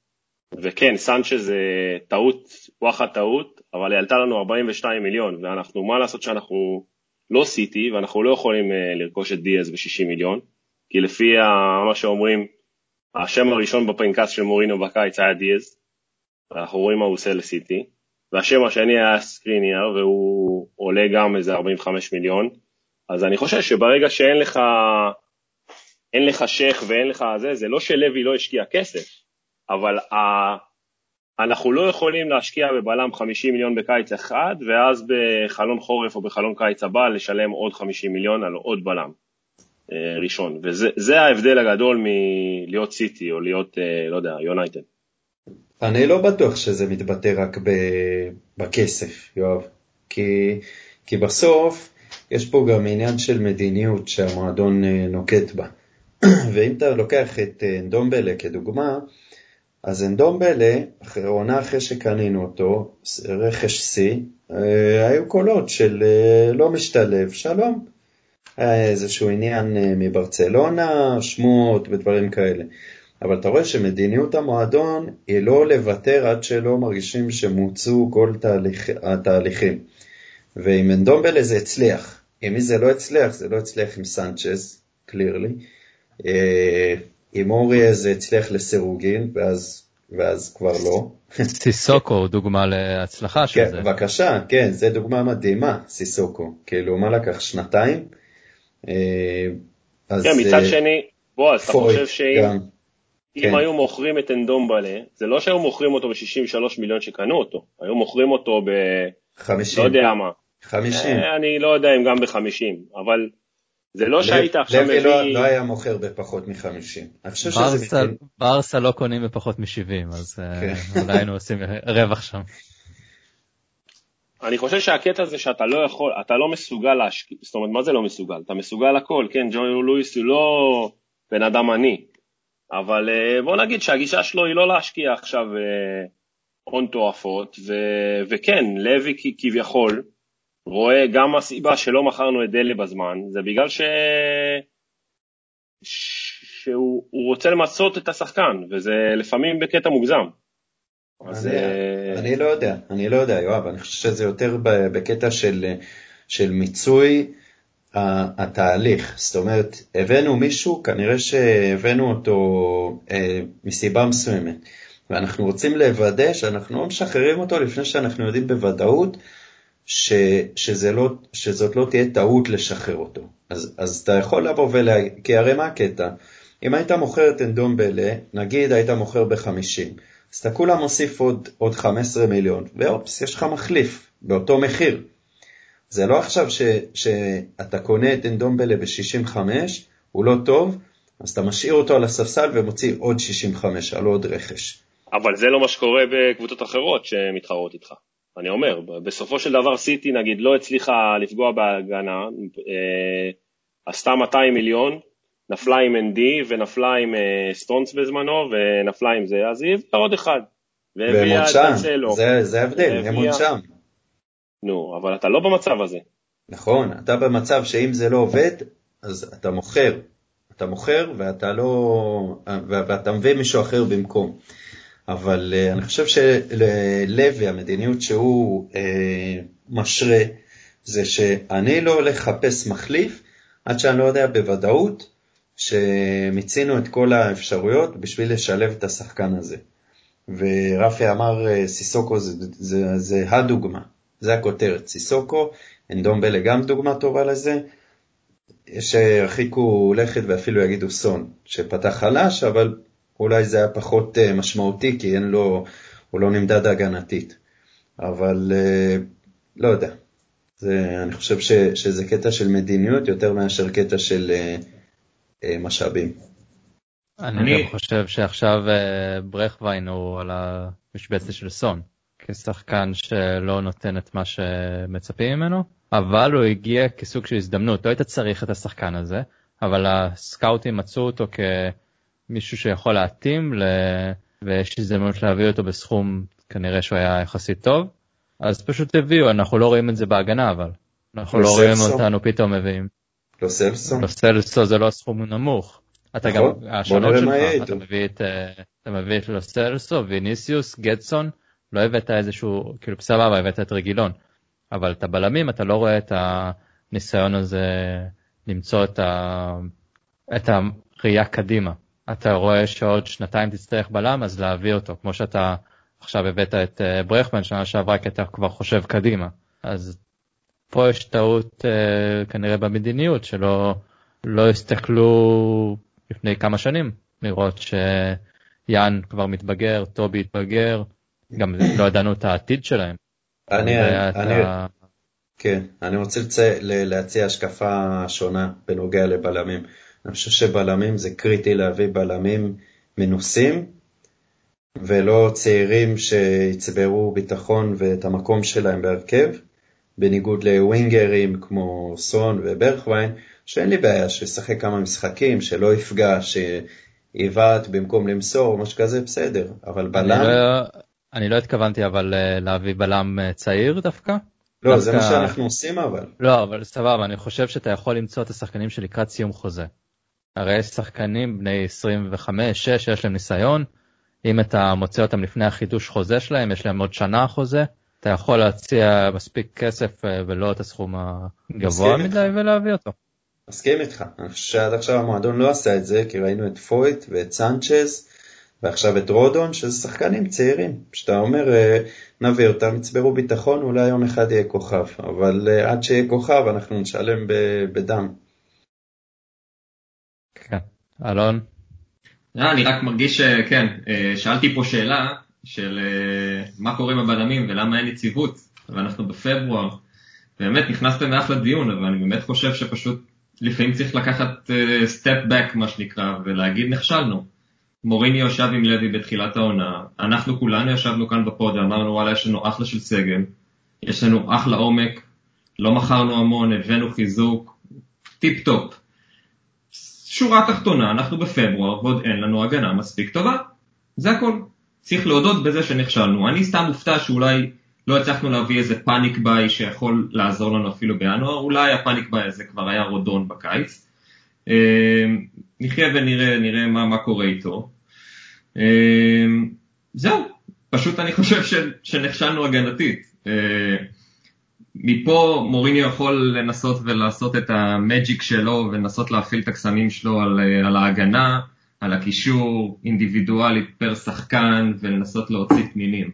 וכן, סנצ'ז זה טעות, וואחד טעות, אבל היא עלתה לנו ארבעים ושניים מיליון, ואנחנו, מה לעשות שאנחנו לא סיטי, ואנחנו לא יכולים לרכוש את דיאז ב-שישים מיליון, כי לפי מה שאומרים, השם הראשון בפנקס של מורינו בקיץ היה דיאז, ואנחנו רואים מה הוא עושה לסיטי, והשם השני היה סקריניאר, והוא עולה גם איזה ארבעים וחמישה מיליון, אז אני חושב שברגע שאין לך, אין לך שייך ואין לך זה, זה לא שלוי לא השקיע כסף, אבל ה... אנחנו לא יכולים להשקיע בבלם חמישים מיליון בקיץ אחד, ואז בחלון חורף או בחלון קיץ הבא לשלם עוד חמישים מיליון על עוד בלם ראשון, וזה ההבדל הגדול מלהיות סיטי או להיות, לא יודע, יונייטד. אני לא בטוח שזה מתבטא רק בכסף, יואב, כי, כי בסוף יש פה גם עניין של מדיניות שהמועדון נוקט בה. ואם אתה לוקח את אנדומבלה כדוגמה, אז אנדומבלה, אחרי עונה אחרי שקנינו אותו, רכש C, היו קולות של לא משתלב, שלום. היה איזשהו עניין מברצלונה, שמות ודברים כאלה. אבל אתה רואה שמדיניות המועדון היא לא לוותר עד שלא מרגישים שמוצאו כל תהליך, התהליכים. ועם אנדומבלה זה הצליח. אם מי זה לא הצליח, זה לא הצליח עם סנצ'ז, קלירלי. עם אוריה זה הצליח לסירוגין, ואז, ואז כבר לא. סיסוקו, דוגמה להצלחה של כן, זה. בבקשה, כן, זה דוגמה מדהימה, סיסוקו. כאילו, מה לקח? שנתיים? אז כן, מצד שני, בוא, אז אתה חושב שאם גם, אם כן. היו מוכרים את אנדומבלה, זה לא שהיו מוכרים אותו ב-שישים ושלושה מיליון שקנו אותו, היו מוכרים אותו ב... חמישים. לא יודע מה. חמישים. אני לא יודע אם גם ב-חמישים, אבל זה לא שהיית עכשיו מביא... לוי לא, לא היה מוכר בפחות מ-חמישים. ברסה, ברסה לא קונים בפחות מ-שבעים, אז כן. אולי היינו עושים רווח שם. אני חושב שהקטע זה שאתה לא יכול, אתה לא מסוגל להשקיע, זאת אומרת, מה זה לא מסוגל? אתה מסוגל הכל, כן, ג'וי לואיס הוא לא בן אדם עני, אבל בוא נגיד שהגישה שלו היא לא להשקיע עכשיו הון תועפות, ו- וכן, לוי כביכול, רואה גם הסיבה שלא מכרנו את דלה בזמן, זה בגלל ש... שהוא רוצה למצות את השחקן, וזה לפעמים בקטע מוגזם. אז... אני, אני לא יודע, אני לא יודע, יואב, אני חושב שזה יותר בקטע של, של מיצוי התהליך. זאת אומרת, הבאנו מישהו, כנראה שהבאנו אותו אה, מסיבה מסוימת, ואנחנו רוצים לוודא שאנחנו לא משחררים אותו לפני שאנחנו יודעים בוודאות, ש, שזה לא, שזאת לא תהיה טעות לשחרר אותו. אז, אז אתה יכול לבוא ולהגיד, כי הרי מה הקטע? אם היית מוכר את אנדומבלה, נגיד היית מוכר ב-חמישים, אז אתה כולה מוסיף עוד, עוד חמישה עשר מיליון, ואופס, יש לך מחליף באותו מחיר. זה לא עכשיו ש, שאתה קונה את אנדומבלה ב-שישים וחמש, הוא לא טוב, אז אתה משאיר אותו על הספסל ומוציא עוד שישים וחמש על עוד רכש. אבל זה לא מה שקורה בקבוצות אחרות שמתחרות איתך. אני אומר, בסופו של דבר סיטי נגיד לא הצליחה לפגוע בהגנה, אה, עשתה מאתיים מיליון, נפלה עם אן די ונפלה עם אה, סטונס בזמנו ונפלה עם זה, אז היא הביאה עוד אחד. והם עוד שם, זה, זה הבדל, הם עוד שם. נו, אבל אתה לא במצב הזה. נכון, אתה במצב שאם זה לא עובד, אז אתה מוכר, אתה מוכר ואתה לא, ואתה מביא מישהו אחר במקום. אבל uh, אני חושב שלוי, המדיניות שהוא uh, משרה, זה שאני לא הולך לחפש מחליף, עד שאני לא יודע בוודאות, שמיצינו את כל האפשרויות בשביל לשלב את השחקן הזה. ורפי אמר, uh, סיסוקו זה, זה, זה הדוגמה, זה הכותרת, סיסוקו, אנדומבלה גם דוגמה טובה לזה, שהרחיקו לכת ואפילו יגידו סון, שפתח חלש, אבל... אולי זה היה פחות uh, משמעותי, כי אין לו, הוא לא נמדד הגנתית. אבל uh, לא יודע. זה, אני חושב ש, שזה קטע של מדיניות, יותר מאשר קטע של uh, uh, משאבים. אני, אני... גם חושב שעכשיו uh, ברכווין הוא על המשבצת של סון, כשחקן שלא נותן את מה שמצפים ממנו, אבל הוא הגיע כסוג של הזדמנות. לא היית צריך את השחקן הזה, אבל הסקאוטים מצאו אותו כ... מישהו שיכול להתאים, ל... ויש הזדמנות להביא אותו בסכום, כנראה שהוא היה יחסית טוב, אז פשוט הביאו, אנחנו לא רואים את זה בהגנה, אבל אנחנו לא רואים אותנו פתאום מביאים. לא סלסו? לא סלסו זה לא סכום נמוך. אתה גם, נכון, בוא השונות נראה מה יהיה שלך, איתו. אתה מביא את, אה, אתה מביא את לוסלסו, ויניסיוס, גדסון, לא הבאת איזשהו, כאילו בסבבה, הבאת את רגילון, אבל את הבלמים, אתה לא רואה את הניסיון הזה למצוא את, ה, את הראייה קדימה. אתה רואה שעוד שנתיים תצטרך בלם, אז להביא אותו, כמו שאתה עכשיו הבאת את אה, ברכמן, שנה שעברה, כי אתה כבר חושב קדימה. אז פה יש טעות אה, כנראה במדיניות, שלא לא הסתכלו לפני כמה שנים, לראות שיאן כבר מתבגר, טובי התבגר, גם לא ידענו את העתיד שלהם. אני, אני, אני, ה... כן, אני רוצה לצא, להציע השקפה שונה בנוגע לבלמים. אני חושב שבלמים זה קריטי להביא בלמים מנוסים, ולא צעירים שיצברו ביטחון ואת המקום שלהם בהרכב, בניגוד לווינגרים כמו סון וברכווין, שאין לי בעיה שישחק כמה משחקים, שלא יפגע, שיבעט במקום למסור או משהו כזה, בסדר. אבל בלם... אני לא, אני לא התכוונתי אבל להביא בלם צעיר דווקא. לא, דווקא... זה מה שאנחנו עושים אבל. לא, אבל סבבה, אני חושב שאתה יכול למצוא את השחקנים שלקראת סיום חוזה. הרי יש שחקנים בני עשרים וחמש שש שיש להם ניסיון, אם אתה מוצא אותם לפני החידוש חוזה שלהם, יש להם עוד שנה חוזה, אתה יכול להציע מספיק כסף ולא את הסכום הגבוה מדי ולהביא אותו. מסכים איתך. אני חושב שעד עכשיו המועדון לא עשה את זה, כי ראינו את פויט ואת סנצ'ז, ועכשיו את רודון, שזה שחקנים צעירים. שאתה אומר, נביא אותם, יצברו ביטחון, אולי יום אחד יהיה כוכב. אבל עד שיהיה כוכב, אנחנו נשלם בדם. כן. אלון? אני רק מרגיש שכן, שאלתי פה שאלה של מה קורה עם הבלמים ולמה אין יציבות, ואנחנו בפברואר. באמת נכנסתם מאחלה דיון, אבל אני באמת חושב שפשוט לפעמים צריך לקחת סטפ בק מה שנקרא, ולהגיד נכשלנו. מוריני יושב עם לוי בתחילת העונה, אנחנו כולנו ישבנו כאן בפוד ואמרנו וואלה יש לנו אחלה של סגל, יש לנו אחלה עומק, לא מכרנו המון, הבאנו חיזוק, טיפ טופ. שורה תחתונה, אנחנו בפברואר ועוד אין לנו הגנה מספיק טובה, זה הכל. צריך להודות בזה שנכשלנו. אני סתם מופתע שאולי לא הצלחנו להביא איזה פאניק ביי שיכול לעזור לנו אפילו בינואר, אולי הפאניק ביי הזה כבר היה רודון בקיץ. נחיה ונראה נראה מה, מה קורה איתו. זהו, פשוט אני חושב ש, שנכשלנו הגנתית. מפה מוריני יכול לנסות ולעשות את המג'יק שלו ולנסות להפעיל את הקסמים שלו על, על ההגנה, על הקישור, אינדיבידואלית פר שחקן ולנסות להוציא פנינים.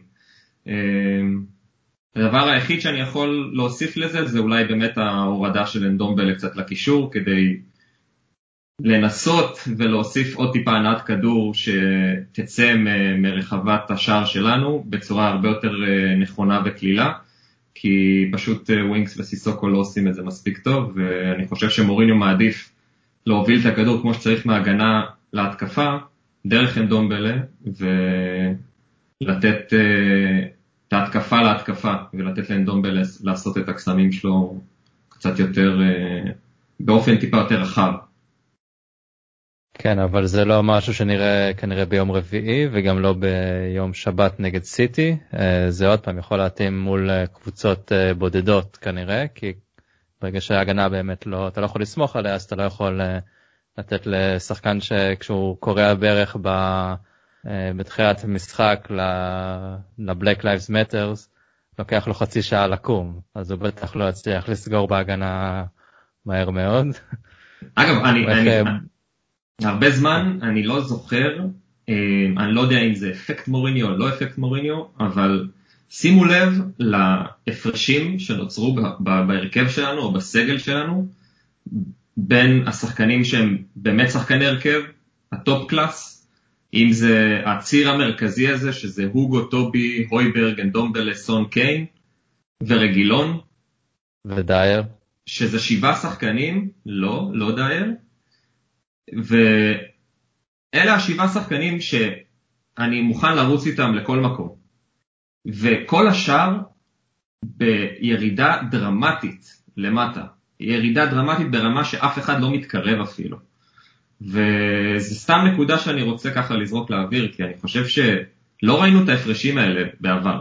הדבר היחיד שאני יכול להוסיף לזה זה אולי באמת ההורדה של אנדומבלה קצת לקישור כדי לנסות ולהוסיף עוד טיפה הנעת כדור שתצא מרחבת השער שלנו בצורה הרבה יותר נכונה וכלילה, כי פשוט ווינקס וסיסוקו לא עושים את זה מספיק טוב, ואני חושב שמוריניו מעדיף להוביל את הכדור כמו שצריך מההגנה להתקפה, דרך אנדומבלה, ולתת את ההתקפה להתקפה, ולתת לאנדומבלה לעשות את הקסמים שלו קצת יותר, באופן טיפה יותר רחב. כן, אבל זה לא משהו שנראה כנראה ביום רביעי, וגם לא ביום שבת נגד סיטי. זה עוד פעם יכול להתאים מול קבוצות בודדות כנראה, כי ברגע שההגנה באמת לא, אתה לא יכול לסמוך עליה, אז אתה לא יכול לתת לשחקן שכשהוא קורא בערך בתחילת המשחק ל-Black Lives Matters, לוקח לו חצי שעה לקום, אז הוא בטח לא יצליח לסגור בהגנה מהר מאוד. אגב, אני... אני... הרבה זמן אני לא זוכר, אני לא יודע אם זה אפקט מוריניו או לא אפקט מוריניו, אבל שימו לב להפרשים שנוצרו בהרכב שלנו או בסגל שלנו, בין השחקנים שהם באמת שחקני הרכב, הטופ קלאס, אם זה הציר המרכזי הזה, שזה הוגו, טובי, הויברג, אנדומבלה, סון, קיין, ורגילון. ודייר. שזה שבעה שחקנים, לא, לא דייר. ואלה השבעה שחקנים שאני מוכן לרוץ איתם לכל מקום. וכל השאר בירידה דרמטית למטה. ירידה דרמטית ברמה שאף אחד לא מתקרב אפילו. וזה סתם נקודה שאני רוצה ככה לזרוק לאוויר, כי אני חושב שלא ראינו את ההפרשים האלה בעבר.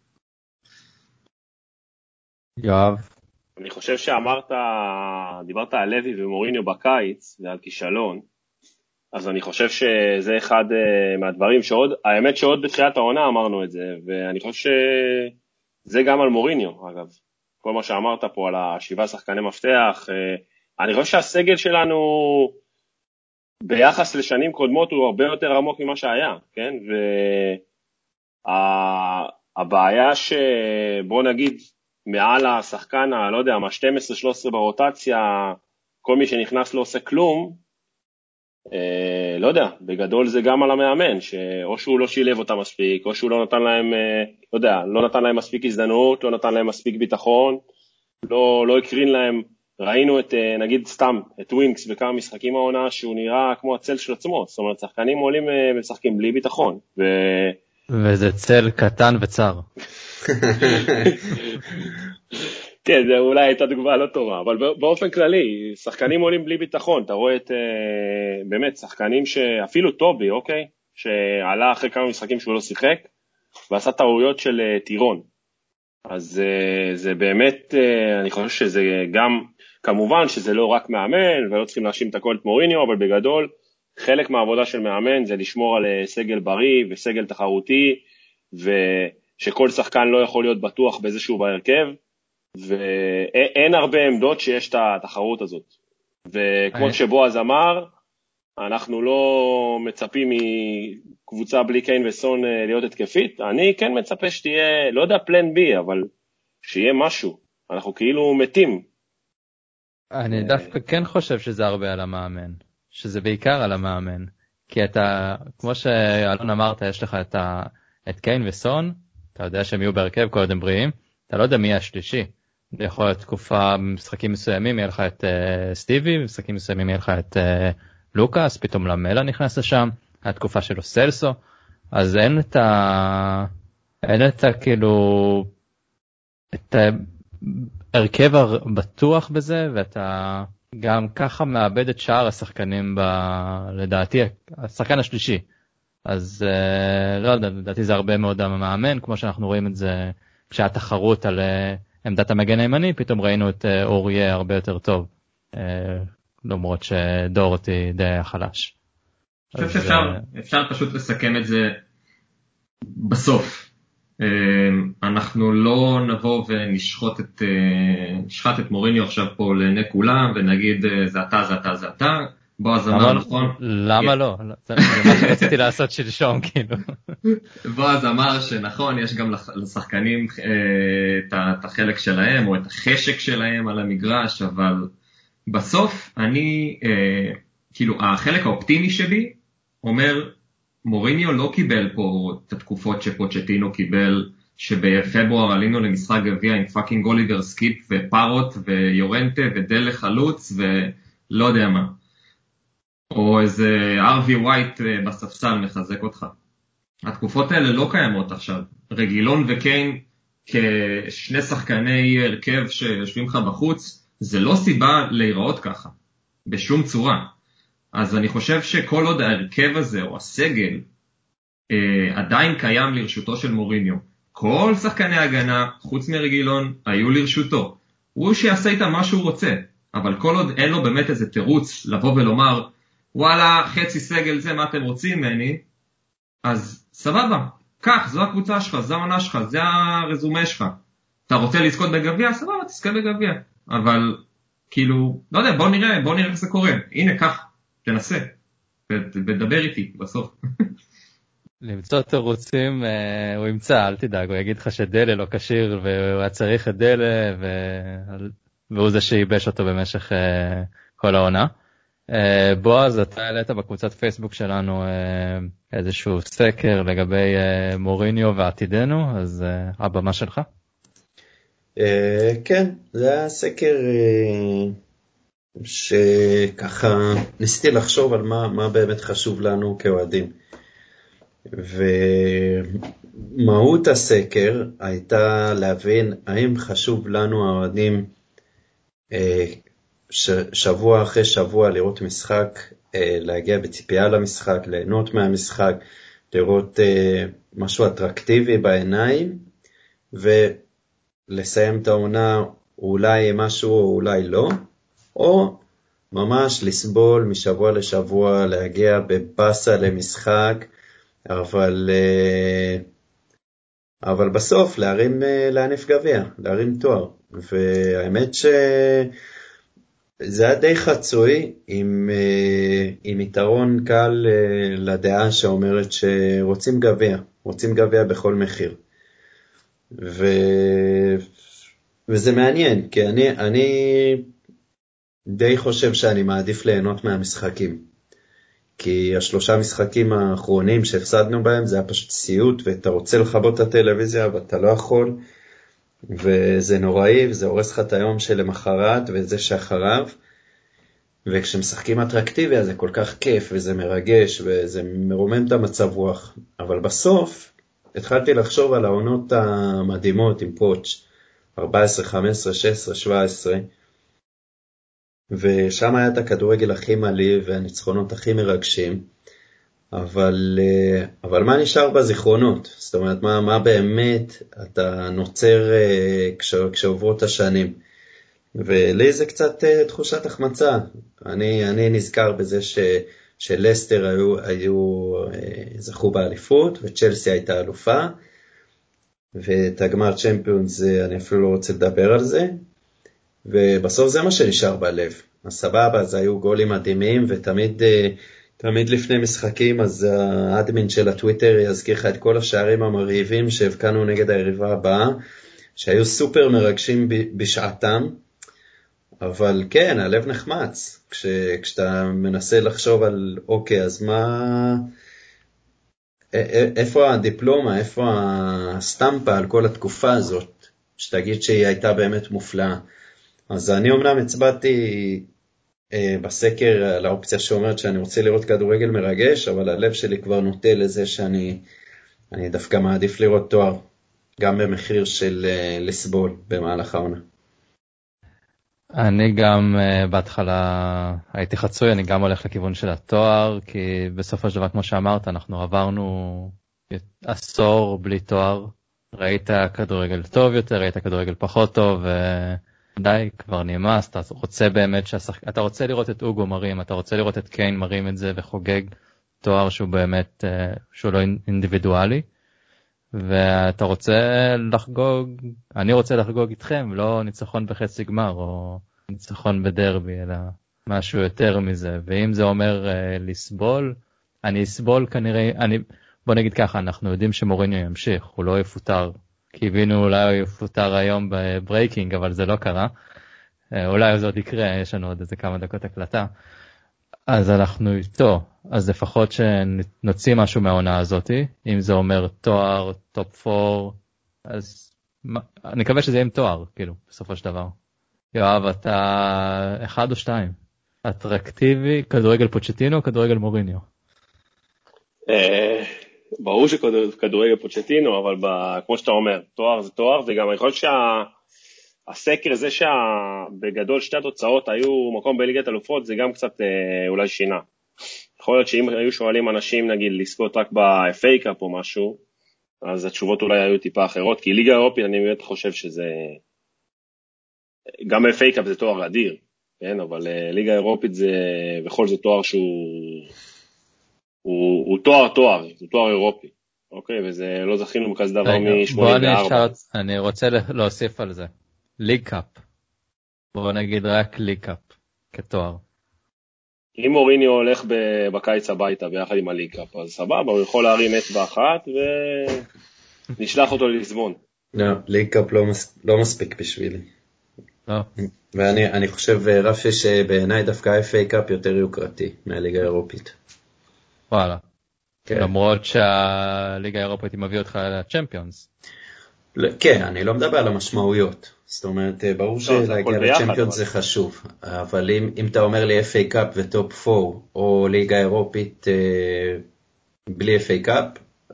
יואב. אני חושב שאמרת, דיברת על לוי ומוריניו בקיץ ועל כישלון, אז אני חושב שזה אחד מהדברים שעוד, האמת שעוד בתחילת העונה אמרנו את זה, ואני חושב שזה גם על מוריניו, אגב. כל מה שאמרת פה על השבעה שחקני מפתח, אני חושב שהסגל שלנו ביחס לשנים קודמות הוא הרבה יותר עמוק ממה שהיה, כן? והבעיה שבוא נגיד מעל השחקן, לא יודע, מה שתים עשרה שלוש עשרה ברוטציה, כל מי שנכנס לא עושה כלום, אה, לא יודע, בגדול זה גם על המאמן, שאו שהוא לא שילב אותם מספיק, או שהוא לא נתן להם, אה, לא יודע, לא נתן להם מספיק הזדמנות, לא נתן להם מספיק ביטחון, לא, לא הקרין להם, ראינו את, אה, נגיד סתם, את ווינקס בכמה משחקים העונה, שהוא נראה כמו הצל של עצמו, זאת אומרת, שחקנים עולים ומשחקים בלי ביטחון. ו... וזה צל קטן וצר. כן, זה אולי הייתה דוגמה לא טובה, אבל באופן כללי, שחקנים עולים בלי ביטחון, אתה רואה את, באמת, שחקנים שאפילו טובי, אוקיי, שעלה אחרי כמה משחקים שהוא לא שיחק, ועשה טעויות של טירון. אז זה באמת, אני חושב שזה גם, כמובן שזה לא רק מאמן, ולא צריכים להאשים את הכל את מוריניו, אבל בגדול, חלק מהעבודה של מאמן זה לשמור על סגל בריא וסגל תחרותי, ושכל שחקן לא יכול להיות בטוח באיזשהו בהרכב, ואין הרבה עמדות שיש את התחרות הזאת. וכמו שבועז אמר, אנחנו לא מצפים מקבוצה בלי קיין וסון להיות התקפית, אני כן מצפה שתהיה, לא יודע פלן בי, אבל שיהיה משהו. אנחנו כאילו מתים. אני דווקא כן חושב שזה הרבה על המאמן, שזה בעיקר על המאמן, כי אתה, כמו שאלון אמרת, יש לך את, ה, את קיין וסון, אתה יודע שהם יהיו בהרכב כל עוד הם בריאים, אתה לא יודע מי השלישי. יכול להיות תקופה במשחקים מסוימים, יהיה לך את uh, סטיבי, במשחקים מסוימים יהיה לך את uh, לוקאס, פתאום למלה נכנס לשם, התקופה שלו סלסו, אז אין את ה... אין את ה... כאילו... את ההרכב בטוח בזה, ואתה גם ככה מאבד את שאר השחקנים, ב... לדעתי, השחקן השלישי. אז uh, לא יודע, לדעתי זה הרבה מאוד המאמן, כמו שאנחנו רואים את זה, כשהיה תחרות על... Uh, עמדת המגן הימני, פתאום ראינו את אוריה הרבה יותר טוב, למרות שדורטי די חלש. אני חושב שאפשר, אפשר פשוט לסכם את זה בסוף. אנחנו לא נבוא ונשחוט את, נשחט את מוריניו עכשיו פה לעיני כולם, ונגיד זה אתה, זה אתה, זה אתה. בועז אמר נכון. למה לא? זה מה שרציתי לעשות שלשום, כאילו. בועז אמר שנכון, יש גם לשחקנים את החלק שלהם, או את החשק שלהם על המגרש, אבל בסוף אני, כאילו, החלק האופטימי שלי אומר, מוריניו לא קיבל פה את התקופות שפוצ'טינו קיבל, שבפברואר עלינו למשחק גביע עם פאקינג אוליבר סקיפ ופארוט ויורנטה ודלה חלוץ ולא יודע מה. או איזה ארווי ווייט בספסל מחזק אותך. התקופות האלה לא קיימות עכשיו. רגילון וקיין כשני שחקני הרכב שיושבים לך בחוץ, זה לא סיבה להיראות ככה, בשום צורה. אז אני חושב שכל עוד ההרכב הזה או הסגל אה, עדיין קיים לרשותו של מוריניו, כל שחקני הגנה חוץ מרגילון היו לרשותו. הוא שיעשה איתם מה שהוא רוצה, אבל כל עוד אין לו באמת איזה תירוץ לבוא ולומר, וואלה, חצי סגל זה מה אתם רוצים ממני, אז סבבה, כך, זו הקבוצה שלך, זו העונה שלך, זה הרזומה שלך. אתה רוצה לזכות בגביע? סבבה, תזכה בגביע. אבל, כאילו, לא יודע, בוא נראה, בוא נראה איך זה קורה. הנה, כך, תנסה, ודבר איתי בסוף. למצוא תירוצים, הוא ימצא, אל תדאג, הוא יגיד לך שדלה לא קשיר, והוא היה צריך את דלה, והוא זה שייבש אותו במשך כל העונה. בועז, אתה העלית בקבוצת פייסבוק שלנו איזשהו סקר לגבי מוריניו ועתידנו, אז הבמה שלך. כן, זה היה סקר שככה ניסיתי לחשוב על מה, מה באמת חשוב לנו כאוהדים. ומהות הסקר הייתה להבין האם חשוב לנו האוהדים שבוע אחרי שבוע לראות משחק, להגיע בציפייה למשחק, ליהנות מהמשחק, לראות משהו אטרקטיבי בעיניים, ולסיים את העונה אולי משהו או אולי לא, או ממש לסבול משבוע לשבוע, להגיע בבאסה למשחק, אבל, אבל בסוף להרים, להניף גביע, להרים תואר. והאמת שזה היה די חצוי, עם, עם יתרון קל לדעה שאומרת שרוצים גביע, רוצים גביע בכל מחיר. ו... וזה מעניין, כי אני, אני די חושב שאני מעדיף ליהנות מהמשחקים. כי השלושה משחקים האחרונים שהפסדנו בהם, זה היה פשוט סיוט, ואתה רוצה לחבות את הטלוויזיה, אבל אתה לא יכול, וזה נוראי, וזה הורס לך את היום שלמחרת, וזה שאחריו, וכשמשחקים אטרקטיבי, זה כל כך כיף, וזה מרגש, וזה מרומם את המצב רוח. אבל בסוף, התחלתי לחשוב על העונות המדהימות עם פוץ', ארבע עשרה, חמש עשרה, שש עשרה, שבע עשרה, ושם היה את הכדורגל הכי מלא והניצחונות הכי מרגשים, אבל, אבל מה נשאר בזיכרונות? זאת אומרת, מה, מה באמת אתה נוצר כש, כשעוברות השנים? ולי זה קצת תחושת החמצה. אני, אני נזכר בזה ש, שלסטר היו, היו, זכו באליפות, וצ'לסי הייתה אלופה, ואת הגמר צ'מפיונס אני אפילו לא רוצה לדבר על זה, ובסוף זה מה שנשאר בלב. הסבבה, אז היו גולים מדהימים, ותמיד תמיד לפני משחקים, אז האדמין של הטוויטר יזכיר לך את כל השערים המרהיבים שהבקענו נגד היריבה הבאה, שהיו סופר מרגשים בשעתם, אבל כן, הלב נחמץ, כש, כשאתה מנסה לחשוב על, אוקיי, אז מה, איפה הדיפלומה, איפה הסטמפה על כל התקופה הזאת, שתגיד שהיא הייתה באמת מופלאה. אז אני אומנם הצבעתי אה, בסקר על האופציה שאומרת שאני רוצה לראות כדורגל מרגש, אבל הלב שלי כבר נוטה לזה שאני אני דווקא מעדיף לראות תואר, גם במחיר של אה, לסבול במהלך העונה. אני גם uh, בהתחלה הייתי חצוי, אני גם הולך לכיוון של התואר, כי בסופו של דבר, כמו שאמרת, אנחנו עברנו עשור בלי תואר, ראית כדורגל טוב יותר, ראית כדורגל פחות טוב, ודי, כבר נמאס, אתה רוצה באמת, שהשח... אתה רוצה לראות את אוגו מרים, אתה רוצה לראות את קיין מרים את זה וחוגג תואר שהוא באמת, uh, שהוא לא אינדיבידואלי, ואתה רוצה לחגוג, אני רוצה לחגוג איתכם, לא ניצחון בחצי גמר או ניצחון בדרבי, אלא משהו יותר מזה. ואם זה אומר uh, לסבול, אני אסבול כנראה, אני, בוא נגיד ככה, אנחנו יודעים שמוריניו ימשיך, הוא לא יפוטר, כי הבינו אולי הוא יפוטר היום בברייקינג, אבל זה לא קרה. Uh, אולי זה עוד יקרה, יש לנו עוד איזה כמה דקות הקלטה. אז אנחנו איתו, אז לפחות שנוציא משהו מהעונה הזאת, אם זה אומר תואר, טופ ארבע, אז אני מקווה שזה יהיה עם תואר, כאילו, בסופו של דבר. יואב, אתה אחד או שתיים? אטרקטיבי, כדורגל פוצ'טינו או כדורגל מוריניו? ברור שכדורגל פוצ'טינו, אבל כמו שאתה אומר, תואר זה תואר, וגם אני חושב שהסקר זה שבגדול שתי התוצאות היו מקום בליגת אלופות, זה גם קצת אולי שינה. יכול להיות שאם היו שואלים אנשים, נגיד, לזכות רק ב-אף איי קאפ או משהו, אז התשובות אולי היו טיפה אחרות, כי ליגה אירופית אני באמת חושב שזה, גם ב-אף איי קאפ זה תואר אדיר, כן? אבל ליגה אירופית זה בכל זאת תואר שהוא, הוא, הוא תואר תואר, הוא תואר אירופי, אוקיי? וזה לא זכינו בכזה דבר מ-שמונים וארבע. אני רוצה להוסיף על זה, ליג קאפ, בואו נגיד רק ליג קאפ כתואר. אם מוריניו הולך בקיץ הביתה ביחד עם הליג-קאפ, אז סבבה, הוא יכול להרים אצבע אחת ונשלח אותו לליסבון. לא, ליג-קאפ לא, מס... לא מספיק בשבילי. לא. ואני אני חושב, רפי, שבעיניי דווקא ה-אף איי קאפ יותר יוקרתי מהליגה האירופית. וואלה. כן. למרות שהליגה האירופית מביא אותך לצ'מפיונס. כן, אני לא מדבר על המשמעויות. זאת אומרת, ברור שלהגיע לצ'מפיונס זה חשוב, אבל אם, אם אתה אומר לי אף איי קאפ וטופ ארבע, או ליגה אירופית בלי אף איי קאפ,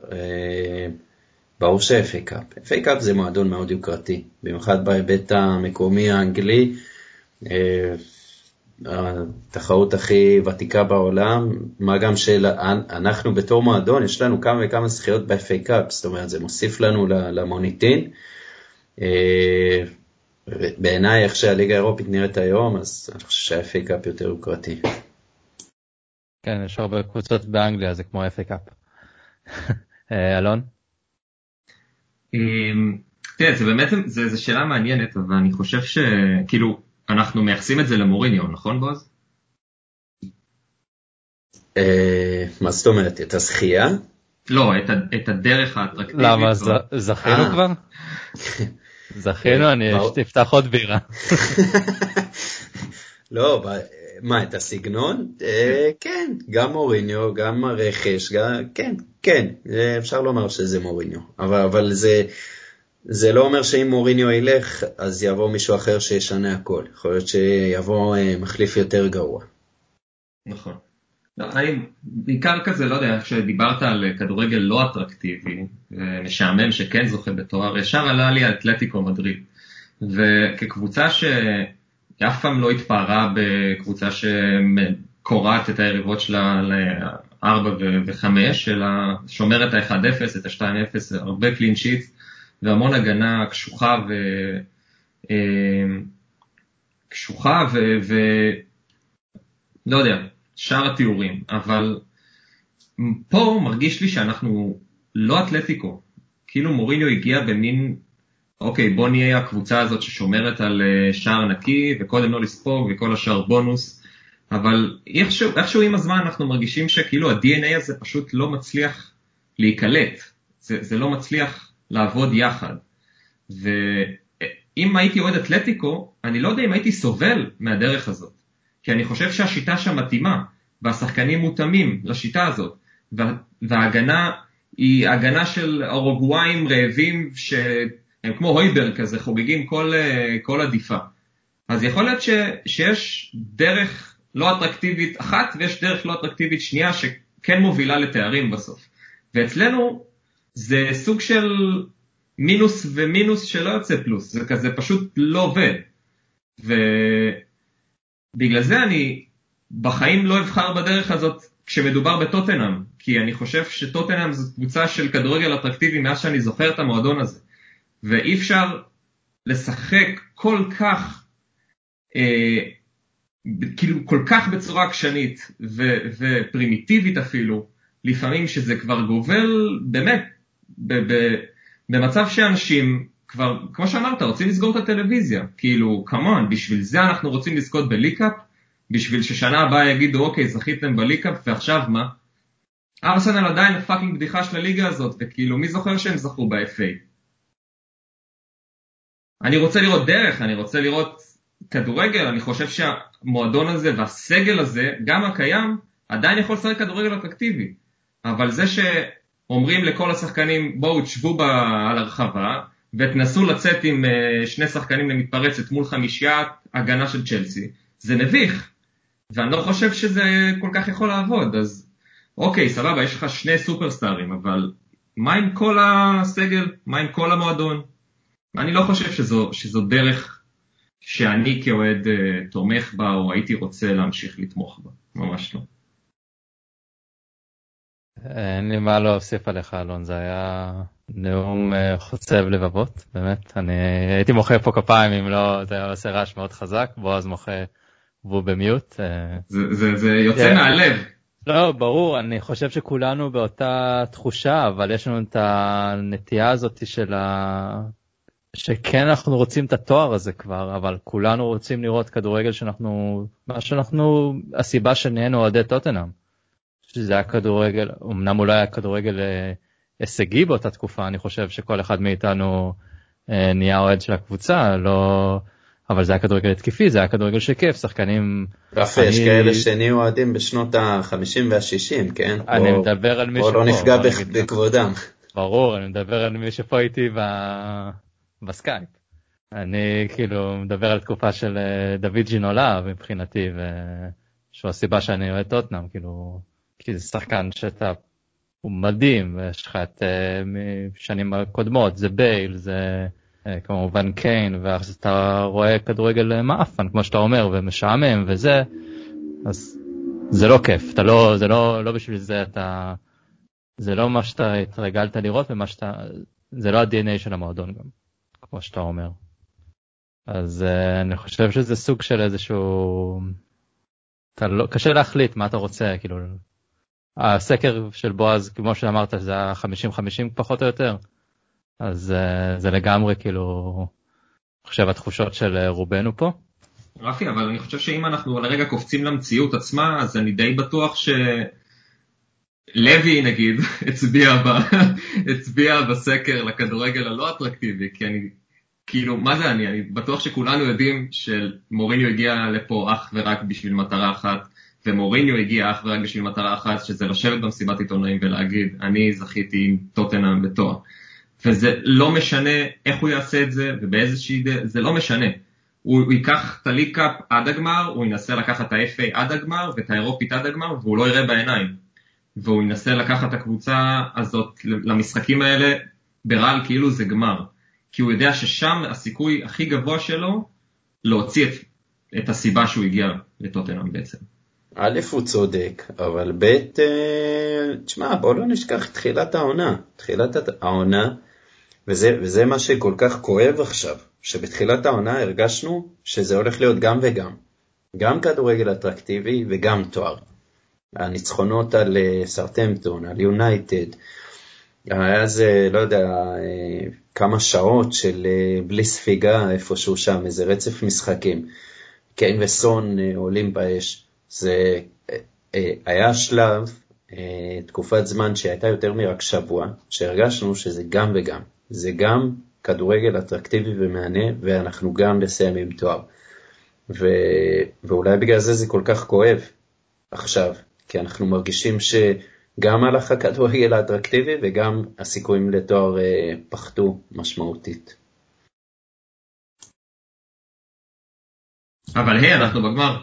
ברור ש-אף איי קאפ. אף איי קאפ זה מועדון מאוד יוקרתי, במיוחד בהיבט המקומי האנגלי, התחרות הכי ותיקה בעולם, מה גם שאנחנו בתור מועדון, יש לנו כמה וכמה זכיות ב-אף איי קאפ, זאת אומרת, זה מוסיף לנו למוניטין, בעיניי, איך שהליגה האירופית נראית היום, אז אני חושב שה-אף איי קאפ יותר יוקרתי. כן, יש הרבה קבוצות באנגליה, זה כמו אף איי קאפ. אלון? תראה, זה באמת, זו שאלה מעניינת, אבל אני חושב שכאילו, אנחנו מייחסים את זה למוריניו, נכון בועז? מה זאת אומרת, את הזכייה? לא, את הדרך האטרקטיבית. למה, זכינו כבר? זכינו, אני אפתח עוד בירה. לא, מה, את הסגנון? כן, גם מוריניו, גם הרכש, כן, כן, אפשר לומר שזה מוריניו, אבל זה... זה לא אומר שאם מוריניו ילך, אז יבוא מישהו אחר שישנה הכל. יכול להיות שיבוא מחליף יותר גרוע. נכון. לא, אני, בעיקר כזה, לא יודע, כשדיברת על כדורגל לא אטרקטיבי, משעמם שכן זוכה בתואר, ישר עלה לי האתלטיקו מדריד. וכקבוצה שאף פעם לא התפארה בקבוצה שקוראת את היריבות שלה ל-ארבע וחמש, אלא שומרת ה-אחד אפס, את ה-שתיים אפס, הרבה קלין שיטס, והמון הגנה קשוחה ו... קשוחה ו... ו... לא יודע, שאר התיאורים, אבל פה מרגיש לי שאנחנו לא אתלטיקו, כאילו מוריניו הגיע במין, אוקיי, בוא נהיה הקבוצה הזאת ששומרת על שער נקי, וקודם לא לספוג וכל השאר בונוס, אבל איכשהו, איכשהו עם הזמן אנחנו מרגישים שכאילו ה-די אן איי הזה פשוט לא מצליח להיקלט, זה, זה לא מצליח לעבוד יחד. ואם הייתי אוהד אתלטיקו, אני לא יודע אם הייתי סובל מהדרך הזאת. כי אני חושב שהשיטה שם מתאימה, והשחקנים מותאמים לשיטה הזאת. וההגנה היא הגנה של אורוגוואים רעבים, שהם כמו הויבר כזה, חוגגים כל, כל עדיפה. אז יכול להיות ש, שיש דרך לא אטרקטיבית אחת, ויש דרך לא אטרקטיבית שנייה, שכן מובילה לתארים בסוף. ואצלנו זה סוג של מינוס ומינוס שלא יוצא פלוס, זה כזה פשוט לא עובד. ובגלל זה אני בחיים לא אבחר בדרך הזאת כשמדובר בטוטנהאם, כי אני חושב שטוטנהאם זו קבוצה של כדורגל אטרקטיבי מאז שאני זוכר את המועדון הזה. ואי אפשר לשחק כל כך, אה, כאילו כל כך בצורה עקשנית ו- ופרימיטיבית אפילו, לפעמים שזה כבר גובל באמת, ב- ב- במצב שאנשים כבר, כמו שאמרת, רוצים לסגור את הטלוויזיה. כאילו, כמון, בשביל זה אנחנו רוצים לזכות בליקאפ, בשביל ששנה הבאה יגידו, אוקיי, זכיתם בליקאפ, ועכשיו מה? ארסנל עדיין הפאקינג בדיחה של הליגה הזאת, וכאילו, מי זוכר שהם זכו ב-אף איי? אני רוצה לראות דרך, אני רוצה לראות כדורגל, אני חושב שהמועדון הזה והסגל הזה, גם הקיים, עדיין יכול לשחק כדורגל אטרקטיבי. אבל זה שאומרים לכל השחקנים, בואו תשבו על הרחבה, ותנסו לצאת עם שני שחקנים למתפרצת מול חמישיית הגנה של צ'לסי, זה מביך. ואני לא חושב שזה כל כך יכול לעבוד. אז אוקיי, סבבה, יש לך שני סופרסטארים, אבל מה עם כל הסגל? מה עם כל המועדון? אני לא חושב שזו, שזו דרך שאני כאוהד תומך בה, או הייתי רוצה להמשיך לתמוך בה. ממש לא. אין לי מה להוסיף עליך, אלון, זה היה נאום חוצב לבבות, באמת. אני הייתי מוחה פה כפיים, אם לא, זה היה עושה רעש מאוד חזק, בועז מוחה והוא במיוט. זה, זה, זה יוצא מהלב. לא, ברור, אני חושב שכולנו באותה תחושה, אבל יש לנו את הנטייה הזאת של ה... שכן אנחנו רוצים את התואר הזה כבר, אבל כולנו רוצים לראות כדורגל שאנחנו, מה שאנחנו, הסיבה שנהיינו אוהדי טוטנהאם. שזה היה כדורגל, אמנם אולי היה כדורגל הישגי באותה תקופה, אני חושב שכל אחד מאיתנו נהיה אוהד של הקבוצה, לא... אבל זה היה כדורגל התקפי, זה היה כדורגל שכיף, שחקנים... רפה, אני... יש כאלה שנהיו אוהדים בשנות ה-חמישים וה-שישים, כן? אני בוא... מדבר על מי שפה. בוא לא נפגע בכבודם. ברור, אני מדבר על מי שפה איתי ב... בסקייפ. אני כאילו מדבר על תקופה של דוד ג'ינולה מבחינתי, ושהוא הסיבה שאני אוהד טוטנהאם, כאילו... כי זה שחקן שאתה, הוא מדהים, ויש לך את שנים הקודמות, זה בייל, זה כמובן קיין, ואז אתה רואה כדורגל מאפן, כמו שאתה אומר, ומשעמם, וזה, אז זה לא כיף, אתה לא, זה לא, לא בשביל זה, אתה, זה לא מה שאתה התרגלת לראות, ומה שאתה, זה לא ה-די אן איי של המועדון גם, כמו שאתה אומר. אז uh, אני חושב שזה סוג של איזשהו, אתה לא, קשה להחליט מה אתה רוצה, כאילו, הסקר של בועז, כמו שאמרת, זה היה חמישים חמישים פחות או יותר, אז uh, זה לגמרי כאילו, אני חושב התחושות של uh, רובנו פה. רפי, אבל אני חושב שאם אנחנו על הרגע קופצים למציאות עצמה, אז אני די בטוח ש... לוי נגיד הצביע, ב... הצביע בסקר לכדורגל הלא אטרקטיבי, כי אני, כאילו, מה זה אני? אני בטוח שכולנו יודעים שמוריניו הגיע לפה אך ורק בשביל מטרה אחת, ומוריניו הגיע אך ורק בשביל מטרה אחת, שזה לשבת במסיבת עיתונאים ולהגיד, אני זכיתי עם טוטנהאם בתואר. וזה לא משנה איך הוא יעשה את זה, ובאיזושהי דרך, זה לא משנה. הוא, הוא ייקח את הליג קאפ עד הגמר, הוא ינסה לקחת את ה-אף איי עד הגמר, ואת האירופית עד הגמר, והוא לא יראה בעיניים. והוא ינסה לקחת את הקבוצה הזאת למשחקים האלה ברעל כאילו זה גמר. כי הוא יודע ששם הסיכוי הכי גבוה שלו להוציא את, את הסיבה שהוא הגיע לטוטנהאם בעצם. א' הוא צודק, אבל ב' תשמע, בואו לא נשכח תחילת העונה. תחילת העונה, וזה, וזה מה שכל כך כואב עכשיו, שבתחילת העונה הרגשנו שזה הולך להיות גם וגם. גם כדורגל אטרקטיבי וגם תואר. הניצחונות על סאות'המפטון, על יונייטד, היה זה, לא יודע, כמה שעות של בלי ספיגה איפשהו שם, איזה רצף משחקים. קיין וסון עולים באש. זה היה שלב, תקופת זמן שהייתה יותר מרק שבוע, שהרגשנו שזה גם וגם. זה גם כדורגל אטרקטיבי ומענה, ואנחנו גם לסיים עם תואר. ו... ואולי בגלל זה זה כל כך כואב עכשיו, כי אנחנו מרגישים שגם הלך הכדורגל האטרקטיבי, וגם הסיכויים לתואר פחתו משמעותית. אבל היי, אנחנו בגמר.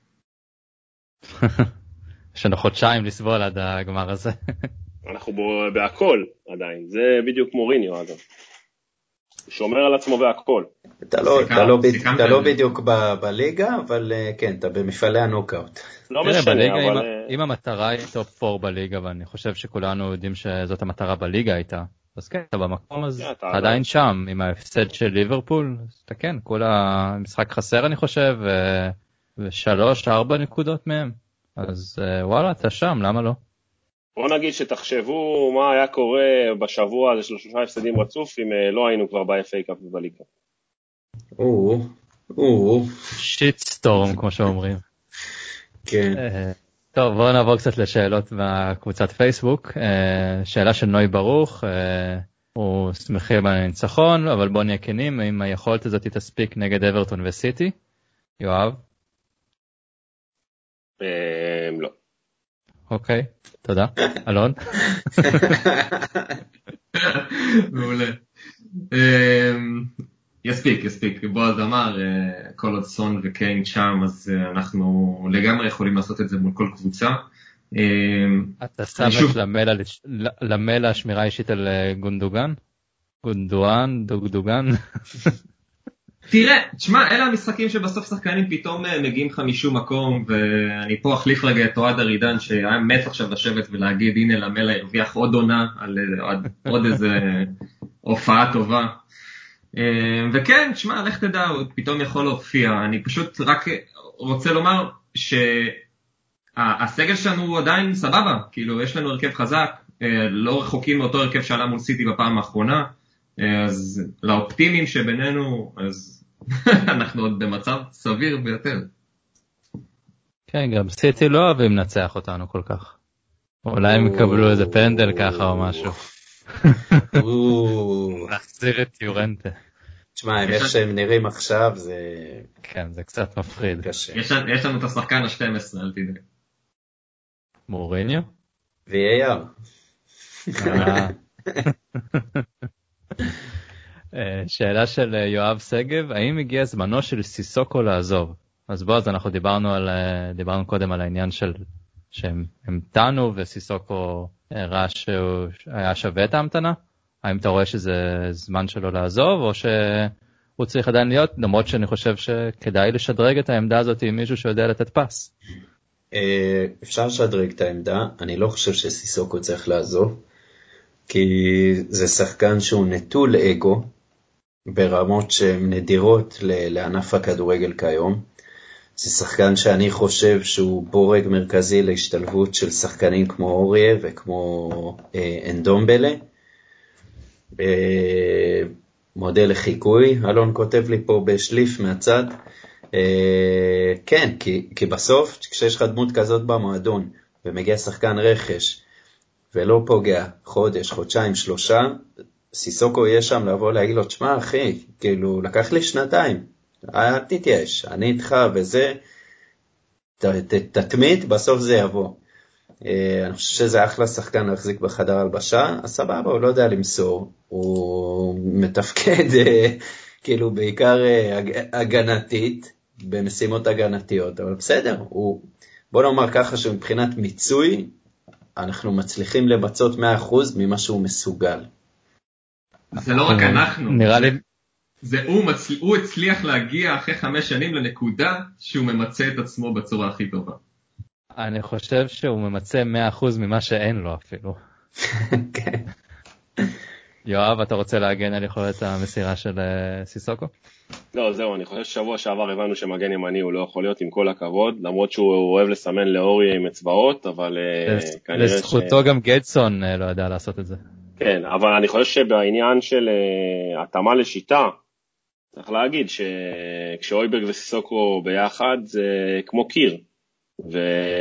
יש לנו חודשיים לסבול עד הגמר הזה. אנחנו בהכל עדיין, זה בדיוק מוריניו אגב. הוא שומר על עצמו בהכל. אתה לא, אתה לא, אתה לא בדיוק ב- בליגה, אבל כן, אתה במפעלי הנוקאוט. לא משנה, אבל... אם המטרה היא טופ ארבע בליגה, ואני חושב שכולנו יודעים שזאת המטרה בליגה הייתה, אז כן, אתה במקום הזה, אתה עדיין שם, עם ההפסד של ליברפול, אתה כן, כל המשחק חסר אני חושב, ושלוש, ארבע נקודות מהם, אז וואלה, אתה שם, למה לא? בוא נגיד שתחשבו מה היה קורה בשבוע הזה של שלושה הפסדים רצוף, אם לא היינו כבר ב-אף איי קאפ ובליגה. או, או. שיט סטורם, כמו שאומרים. כן. טוב, בואו נעבור קצת לשאלות בקבוצת פייסבוק. שאלה של נוי ברוך, הוא שמחי בניצחון, אבל בואו נהיה כנים, אם היכולת הזאת תספיק נגד אברטון וסיטי. יואב? לא. אוקיי, תודה. אלון? מעולה. יספיק, יספיק. בועז אמר, כל עוד סון וקיין שם, אז אנחנו לגמרי יכולים לעשות את זה מול כל קבוצה. אתה שם את למלה השמירה אישית על גונדוגן? גונדואן, דוגדוגן? תראה, תשמע, אלה המשחקים שבסוף שחקנים פתאום מגיעים לך משום מקום, ואני פה אחליף רגע את אוהד ארידן, שהיה מת עכשיו לשבת ולהגיד, הנה למלה הרוויח עוד עונה, על עוד איזה הופעה טובה. וכן, תשמע, לך תדע, הוא פתאום יכול להופיע. אני פשוט רק רוצה לומר שהסגל שלנו הוא עדיין סבבה, כאילו יש לנו הרכב חזק, לא רחוקים מאותו הרכב שעלה מול סיטי בפעם האחרונה, אז לאופטימיים שבינינו, אז אנחנו עוד במצב סביר ביותר. כן, גם סיטי לא אוהבים לנצח אותנו כל כך. אולי הם יקבלו איזה פנדל ככה או משהו. נחזיר את יורנטה. תשמע, איך שהם נראים עכשיו זה... כן, זה קצת מפחיד. יש לנו את השחקן ה-שתים עשרה, אל תדע. מוריניו? וי איי אר. שאלה של יואב סגב, האם הגיע זמנו של סיסוקו לעזוב? אז בוא, אז אנחנו דיברנו על, דיברנו קודם על העניין של שהם המתנו וסיסוקו ראה שהוא היה שווה את ההמתנה. האם אתה רואה שזה זמן שלו לעזוב, או שהוא צריך עדיין להיות, למרות שאני חושב שכדאי לשדרג את העמדה הזאת עם מישהו שיודע לתת פס? אפשר לשדרג את העמדה, אני לא חושב שסיסוקו צריך לעזוב, כי זה שחקן שהוא נטול אגו, ברמות שהן נדירות לענף הכדורגל כיום. זה שחקן שאני חושב שהוא בורג מרכזי להשתלבות של שחקנים כמו אוריה וכמו אנדומבלה. מודל לחיקוי, אלון כותב לי פה בשליף מהצד. כן, כי, כי בסוף כשיש לך דמות כזאת במועדון ומגיע שחקן רכש ולא פוגע חודש, חודשיים, שלושה, סיסוקו יהיה שם לבוא להגיד לו, תשמע אחי, כאילו לקח לי שנתיים, אל תתייש, אני איתך וזה, ת, ת, תתמיד, בסוף זה יבוא. אני חושב שזה אחלה שחקן להחזיק בחדר הלבשה, אז סבבה, הוא לא יודע למסור, הוא מתפקד כאילו בעיקר הגנתית, במשימות הגנתיות, אבל בסדר, הוא, בוא נאמר ככה שמבחינת מיצוי, אנחנו מצליחים למצות מאה אחוז ממה שהוא מסוגל. זה לא רק אנחנו, נראה לי... זה הוא, מצל... הוא הצליח להגיע אחרי חמש שנים לנקודה שהוא ממצא את עצמו בצורה הכי טובה. אני חושב שהוא ממצא מאה אחוז ממה שאין לו אפילו. כן. יואב, אתה רוצה להגן על יכולת המסירה של סיסוקו? לא, זהו, אני חושב ששבוע שעבר הבנו שמגן ימני הוא לא יכול להיות עם כל הכבוד, למרות שהוא אוהב לסמן לאורי עם אצבעות, אבל כנראה ש... לזכותו גם גדסון לא יודע לעשות את זה. כן, אבל אני חושב שבעניין של התאמה לשיטה, צריך להגיד שכשאויברג וסיסוקו ביחד זה כמו קיר, ו...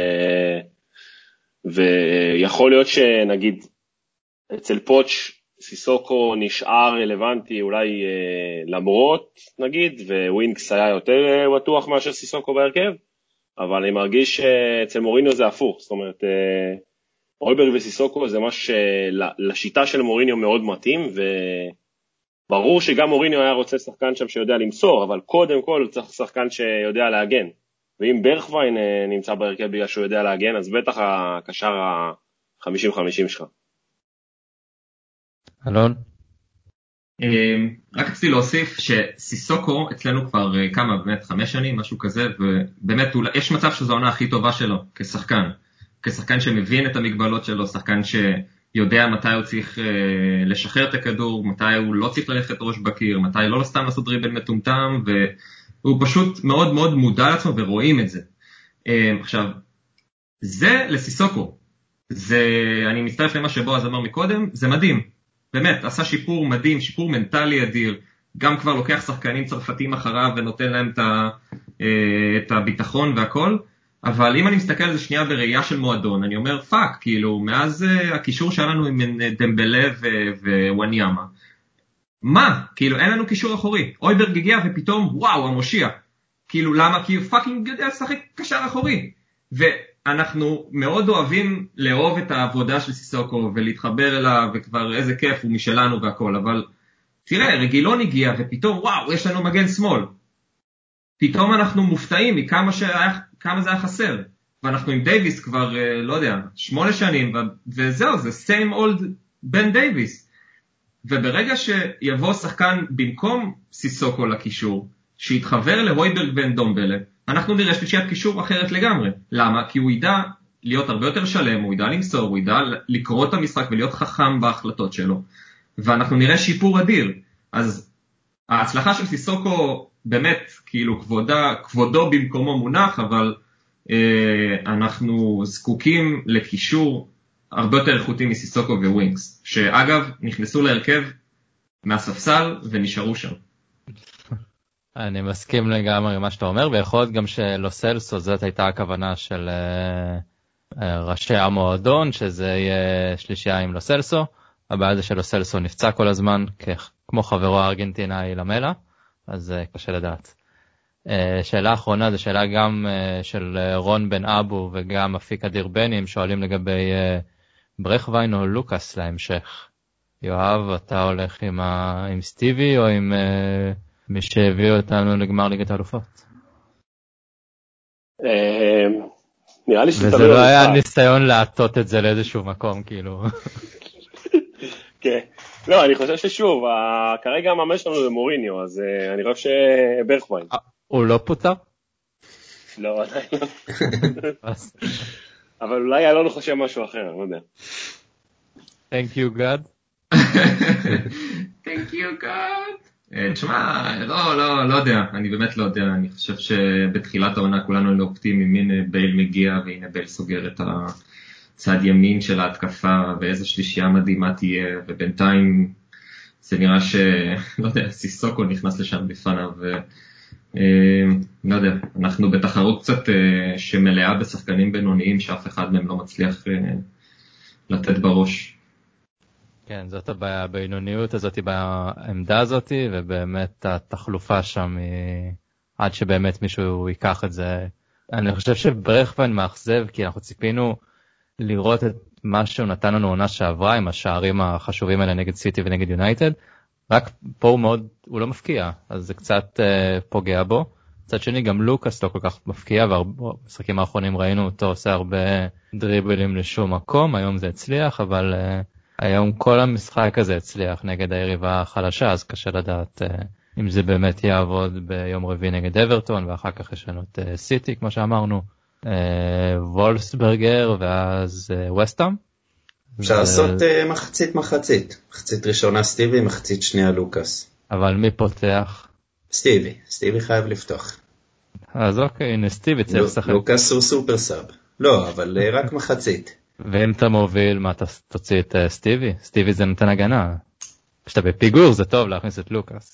ויכול להיות שנגיד אצל פוץ' סיסוקו נשאר רלוונטי אולי אה, למרות נגיד, ווינקס היה יותר אה, בטוח מאשר סיסוקו בהרכב, אבל אני מרגיש שאצל מוריניו זה הפוך, זאת אומרת אה, אויברג וסיסוקו זה מה שלשיטה של מוריניו מאוד מתאים, וברור שגם מוריניו היה רוצה שחקן שם שיודע למסור, אבל קודם כל צריך שחקן שיודע להגן, ואם ברכווין אה, נמצא בהרכב בגלל שהוא יודע להגן, אז בטח הקשר ה-חמישים חמישים שלך. אלון? רק רציתי להוסיף שסיסוקו אצלנו כבר כמה, באמת חמש שנים, משהו כזה, ובאמת יש מצב שזו העונה הכי טובה שלו כשחקן, כשחקן שמבין את המגבלות שלו, שחקן שיודע מתי הוא צריך לשחרר את הכדור, מתי הוא לא צריך ללכת ראש בקיר, מתי לא סתם לעשות דריבל מטומטם, והוא פשוט מאוד מאוד מודע לעצמו ורואים את זה. עכשיו, זה לסיסוקו, זה, אני מצטרף למה שבועז אמר מקודם, זה מדהים. באמת, עשה שיפור מדהים, שיפור מנטלי אדיר, גם כבר לוקח שחקנים צרפתים אחריו ונותן להם את, ה, את הביטחון והכל, אבל אם אני מסתכל על זה שנייה בראייה של מועדון, אני אומר פאק, כאילו, מאז הקישור שלנו עם דמבלה ווואניאמה, מה? כאילו, אין לנו קישור אחורי, אויברג הגיע ופתאום, וואו, המושיע, כאילו, למה? כי הוא פאקינג יודע לשחק קשר אחורי, ו... אנחנו מאוד אוהבים לאהוב את העבודה של סיסוקו ולהתחבר אליו וכבר איזה כיף הוא משלנו והכל, אבל תראה, רגילון הגיע ופתאום וואו, יש לנו מגן שמאל. פתאום אנחנו מופתעים מכמה שהיה, כמה זה היה חסר. ואנחנו עם דייביס כבר, לא יודע, שמונה שנים, וזהו, זה same old בן דייביס. וברגע שיבוא שחקן במקום סיסוקו לקישור, שיתחבר להויברג ואנדומבלה, אנחנו נראה שלישיית קישור אחרת לגמרי. למה? כי הוא ידע להיות הרבה יותר שלם, הוא ידע למסור, הוא ידע לקרוא את המשחק ולהיות חכם בהחלטות שלו. ואנחנו נראה שיפור אדיר. אז ההצלחה של סיסוקו באמת, כאילו כבודה, כבודו במקומו מונח, אבל אה, אנחנו זקוקים לקישור הרבה יותר איכותי מסיסוקו וווינקס, שאגב נכנסו להרכב מהספסל ונשארו שם. אני מסכים לגמרי מה שאתה אומר, ויכול להיות גם שלוסלסו, זאת הייתה הכוונה של ראשי המועדון, שזה יהיה שלישייה עם לוסלסו. הבעיה זה שלוסלסו נפצע כל הזמן, כמו חברו הארגנטינאי למלה, אז קשה לדעת. שאלה האחרונה, זו שאלה גם של רון בן אבו וגם אפיק אדיר בנים, שואלים לגבי ברכווין או לוקאס להמשך. יואב, אתה הולך עם, ה... עם סטיבי או עם... מי שהביא אותנו לגמר ליגת האלופות? נראה לי וזה לא היה ניסיון לעטות את זה לאיזשהו מקום, כאילו. כן. לא, אני חושב ששוב, כרגע המאמן שלנו זה מוריניו, אז אני חושב שברכווין. הוא לא פוטר? לא, עדיין לא. אבל אולי אלון חושב משהו אחר, אני לא יודע. Thank you God. Thank you God. תשמע, לא, לא, לא יודע, אני באמת לא יודע, אני חושב שבתחילת העונה כולנו היינו אופטימיים, הנה בייל מגיע והנה בייל סוגר את הצד ימין של ההתקפה ואיזו שלישייה מדהימה תהיה, ובינתיים זה נראה ש... לא יודע, סיסוקו נכנס לשם בפניו, ו... לא יודע, אנחנו בתחרות קצת שמלאה בשחקנים בינוניים שאף אחד מהם לא מצליח לתת בראש. כן, זאת הבעיה, הבינוניות הזאת בעמדה הזאת, ובאמת התחלופה שם היא... עד שבאמת מישהו ייקח את זה. אני חושב שברכבן מאכזב, כי אנחנו ציפינו לראות את מה שהוא נתן לנו עונה שעברה עם השערים החשובים האלה נגד סיטי ונגד יונייטד, רק פה הוא מאוד, הוא לא מפקיע, אז זה קצת uh, פוגע בו. מצד שני גם לוקאס לא כל כך מפקיע, ובמשחקים האחרונים ראינו אותו עושה הרבה דריבלים לשום מקום, היום זה הצליח, אבל uh, היום כל המשחק הזה הצליח נגד היריבה החלשה, אז קשה לדעת uh, אם זה באמת יעבוד ביום רביעי נגד אברטון, ואחר כך יש לנו את uh, סיטי כמו שאמרנו, uh, וולסברגר ואז uh, וסטהאם. אפשר לעשות uh, מחצית מחצית, מחצית ראשונה סטיבי, מחצית שנייה לוקאס. אבל מי פותח? סטיבי, סטיבי חייב לפתוח. אז אוקיי, הנה סטיבי צריך לשחק. לוקאס הוא סופר סאב. לא, אבל uh, רק מחצית. ואם אתה מוביל, מה אתה תוציא את uh, סטיבי? סטיבי זה נותן הגנה. כשאתה בפיגור זה טוב להכניס את לוקאס.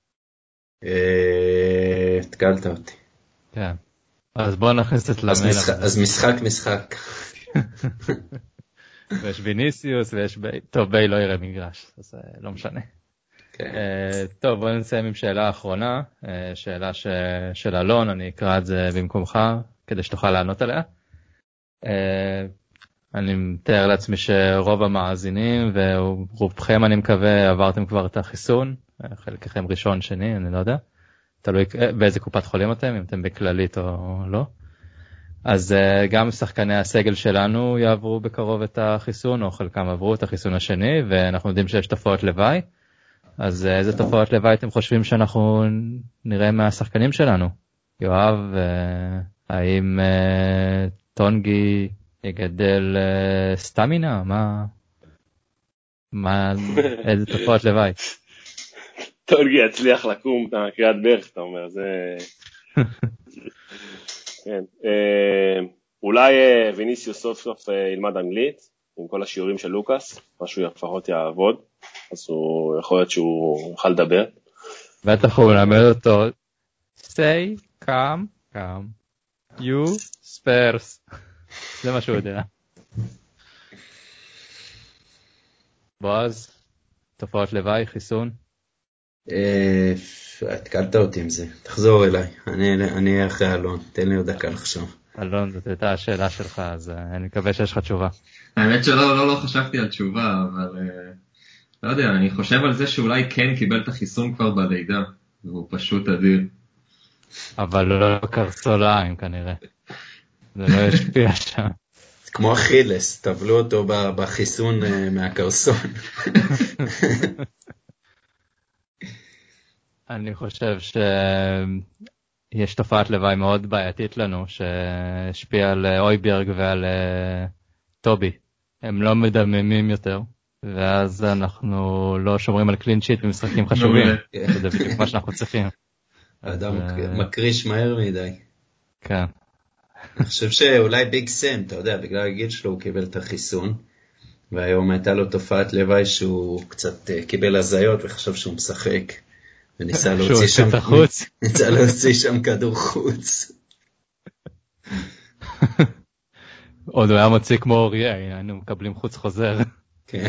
התקלת אותי. כן. אז בוא נכניס את למלה. אז משחק משחק. ויש ויניסיוס ויש ביי, טוב ביי לא יראה מגרש, אז לא משנה. טוב, בוא נסיים עם שאלה האחרונה, שאלה של אלון, אני אקרא את זה במקומך כדי שתוכל לענות עליה. אני מתאר לעצמי שרוב המאזינים ורובכם אני מקווה עברתם כבר את החיסון, חלקכם ראשון שני אני לא יודע, תלוי באיזה קופת חולים אתם, אם אתם בכללית או לא. אז uh, גם שחקני הסגל שלנו יעברו בקרוב את החיסון, או חלקם עברו את החיסון השני, ואנחנו יודעים שיש תופעות לוואי. אז uh, איזה תופעות לוואי אתם חושבים שאנחנו נראה מהשחקנים שלנו? יואב, uh, האם uh, טונגי יגדל uh, סטמינה? מה? מה? איזה תופעות לוואי? טונגי יצליח לקום מהקריאת ברך, אתה אומר, זה... כן, אולי ויניסיוס סוף סוף ילמד אנגלית עם כל השיעורים של לוקאס, משהו לפחות יעבוד, אז הוא יכול להיות שהוא יוכל לדבר. בטח הוא מלמד אותו, stay, calm, calm, you, Spurs, זה מה שהוא יודע. בועז, תופעות לוואי, חיסון? התקלת אותי עם זה, תחזור אליי, אני אהיה אחרי אלון, תן לי עוד דקה לחשוב. אלון, זאת הייתה השאלה שלך, אז אני מקווה שיש לך תשובה. האמת שלא, לא, לא חשבתי על תשובה, אבל לא יודע, אני חושב על זה שאולי כן קיבל את החיסון כבר בלידה, והוא פשוט אדיר. אבל לא קרסוליים כנראה, זה לא ישפיע שם. כמו אכילס, תבלו אותו בחיסון מהקרסון. אני חושב שיש תופעת לוואי מאוד בעייתית לנו, שהשפיעה על אויברג ועל טובי. הם לא מדממים יותר, ואז אנחנו לא שומרים על קלין שיט במשחקים חשובים. זה בדיוק מה שאנחנו צריכים. האדם מקריש מהר מדי. כן. אני חושב שאולי ביג סם, אתה יודע, בגלל הגיל שלו הוא קיבל את החיסון, והיום הייתה לו תופעת לוואי שהוא קצת קיבל הזיות וחשב שהוא משחק. וניסה להוציא שם, ניסה להוציא שם כדור חוץ. עוד הוא היה מוציא כמו אוריה, היינו מקבלים חוץ חוזר. כן.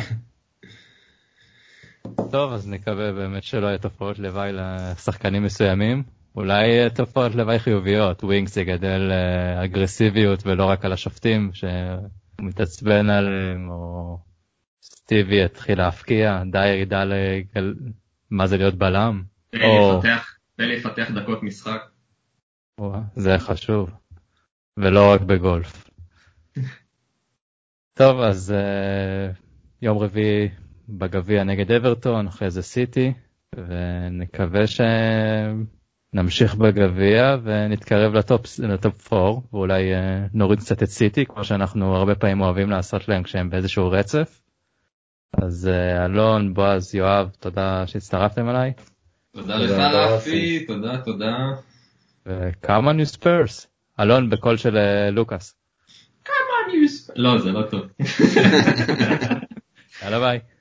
טוב, אז נקווה באמת שלא יהיה תופעות לוואי לשחקנים מסוימים. אולי תופעות לוואי חיוביות, ווינגס יגדל אגרסיביות ולא רק על השופטים שמתעצבן עליהם, או סטיבי יתחיל להפקיע, דייר ידע לגל... מה זה להיות בלם. פלי יפתח דקות משחק. זה חשוב. ולא רק בגולף. טוב, אז יום רביעי בגביע נגד אברטון, אחרי זה סיטי, ונקווה שנמשיך בגביע ונתקרב לטופ, לטופ ארבע, ואולי נוריד קצת את סיטי, כמו שאנחנו הרבה פעמים אוהבים לעשות להם כשהם באיזשהו רצף. אז אלון, בועז, יואב, תודה שהצטרפתם אליי. תודה לך רפי, תודה, תודה. וכמה ניו ספרס? אלון בקול של לוקאס. כמה ניו ספרס? לא, זה לא טוב. יאללה ביי.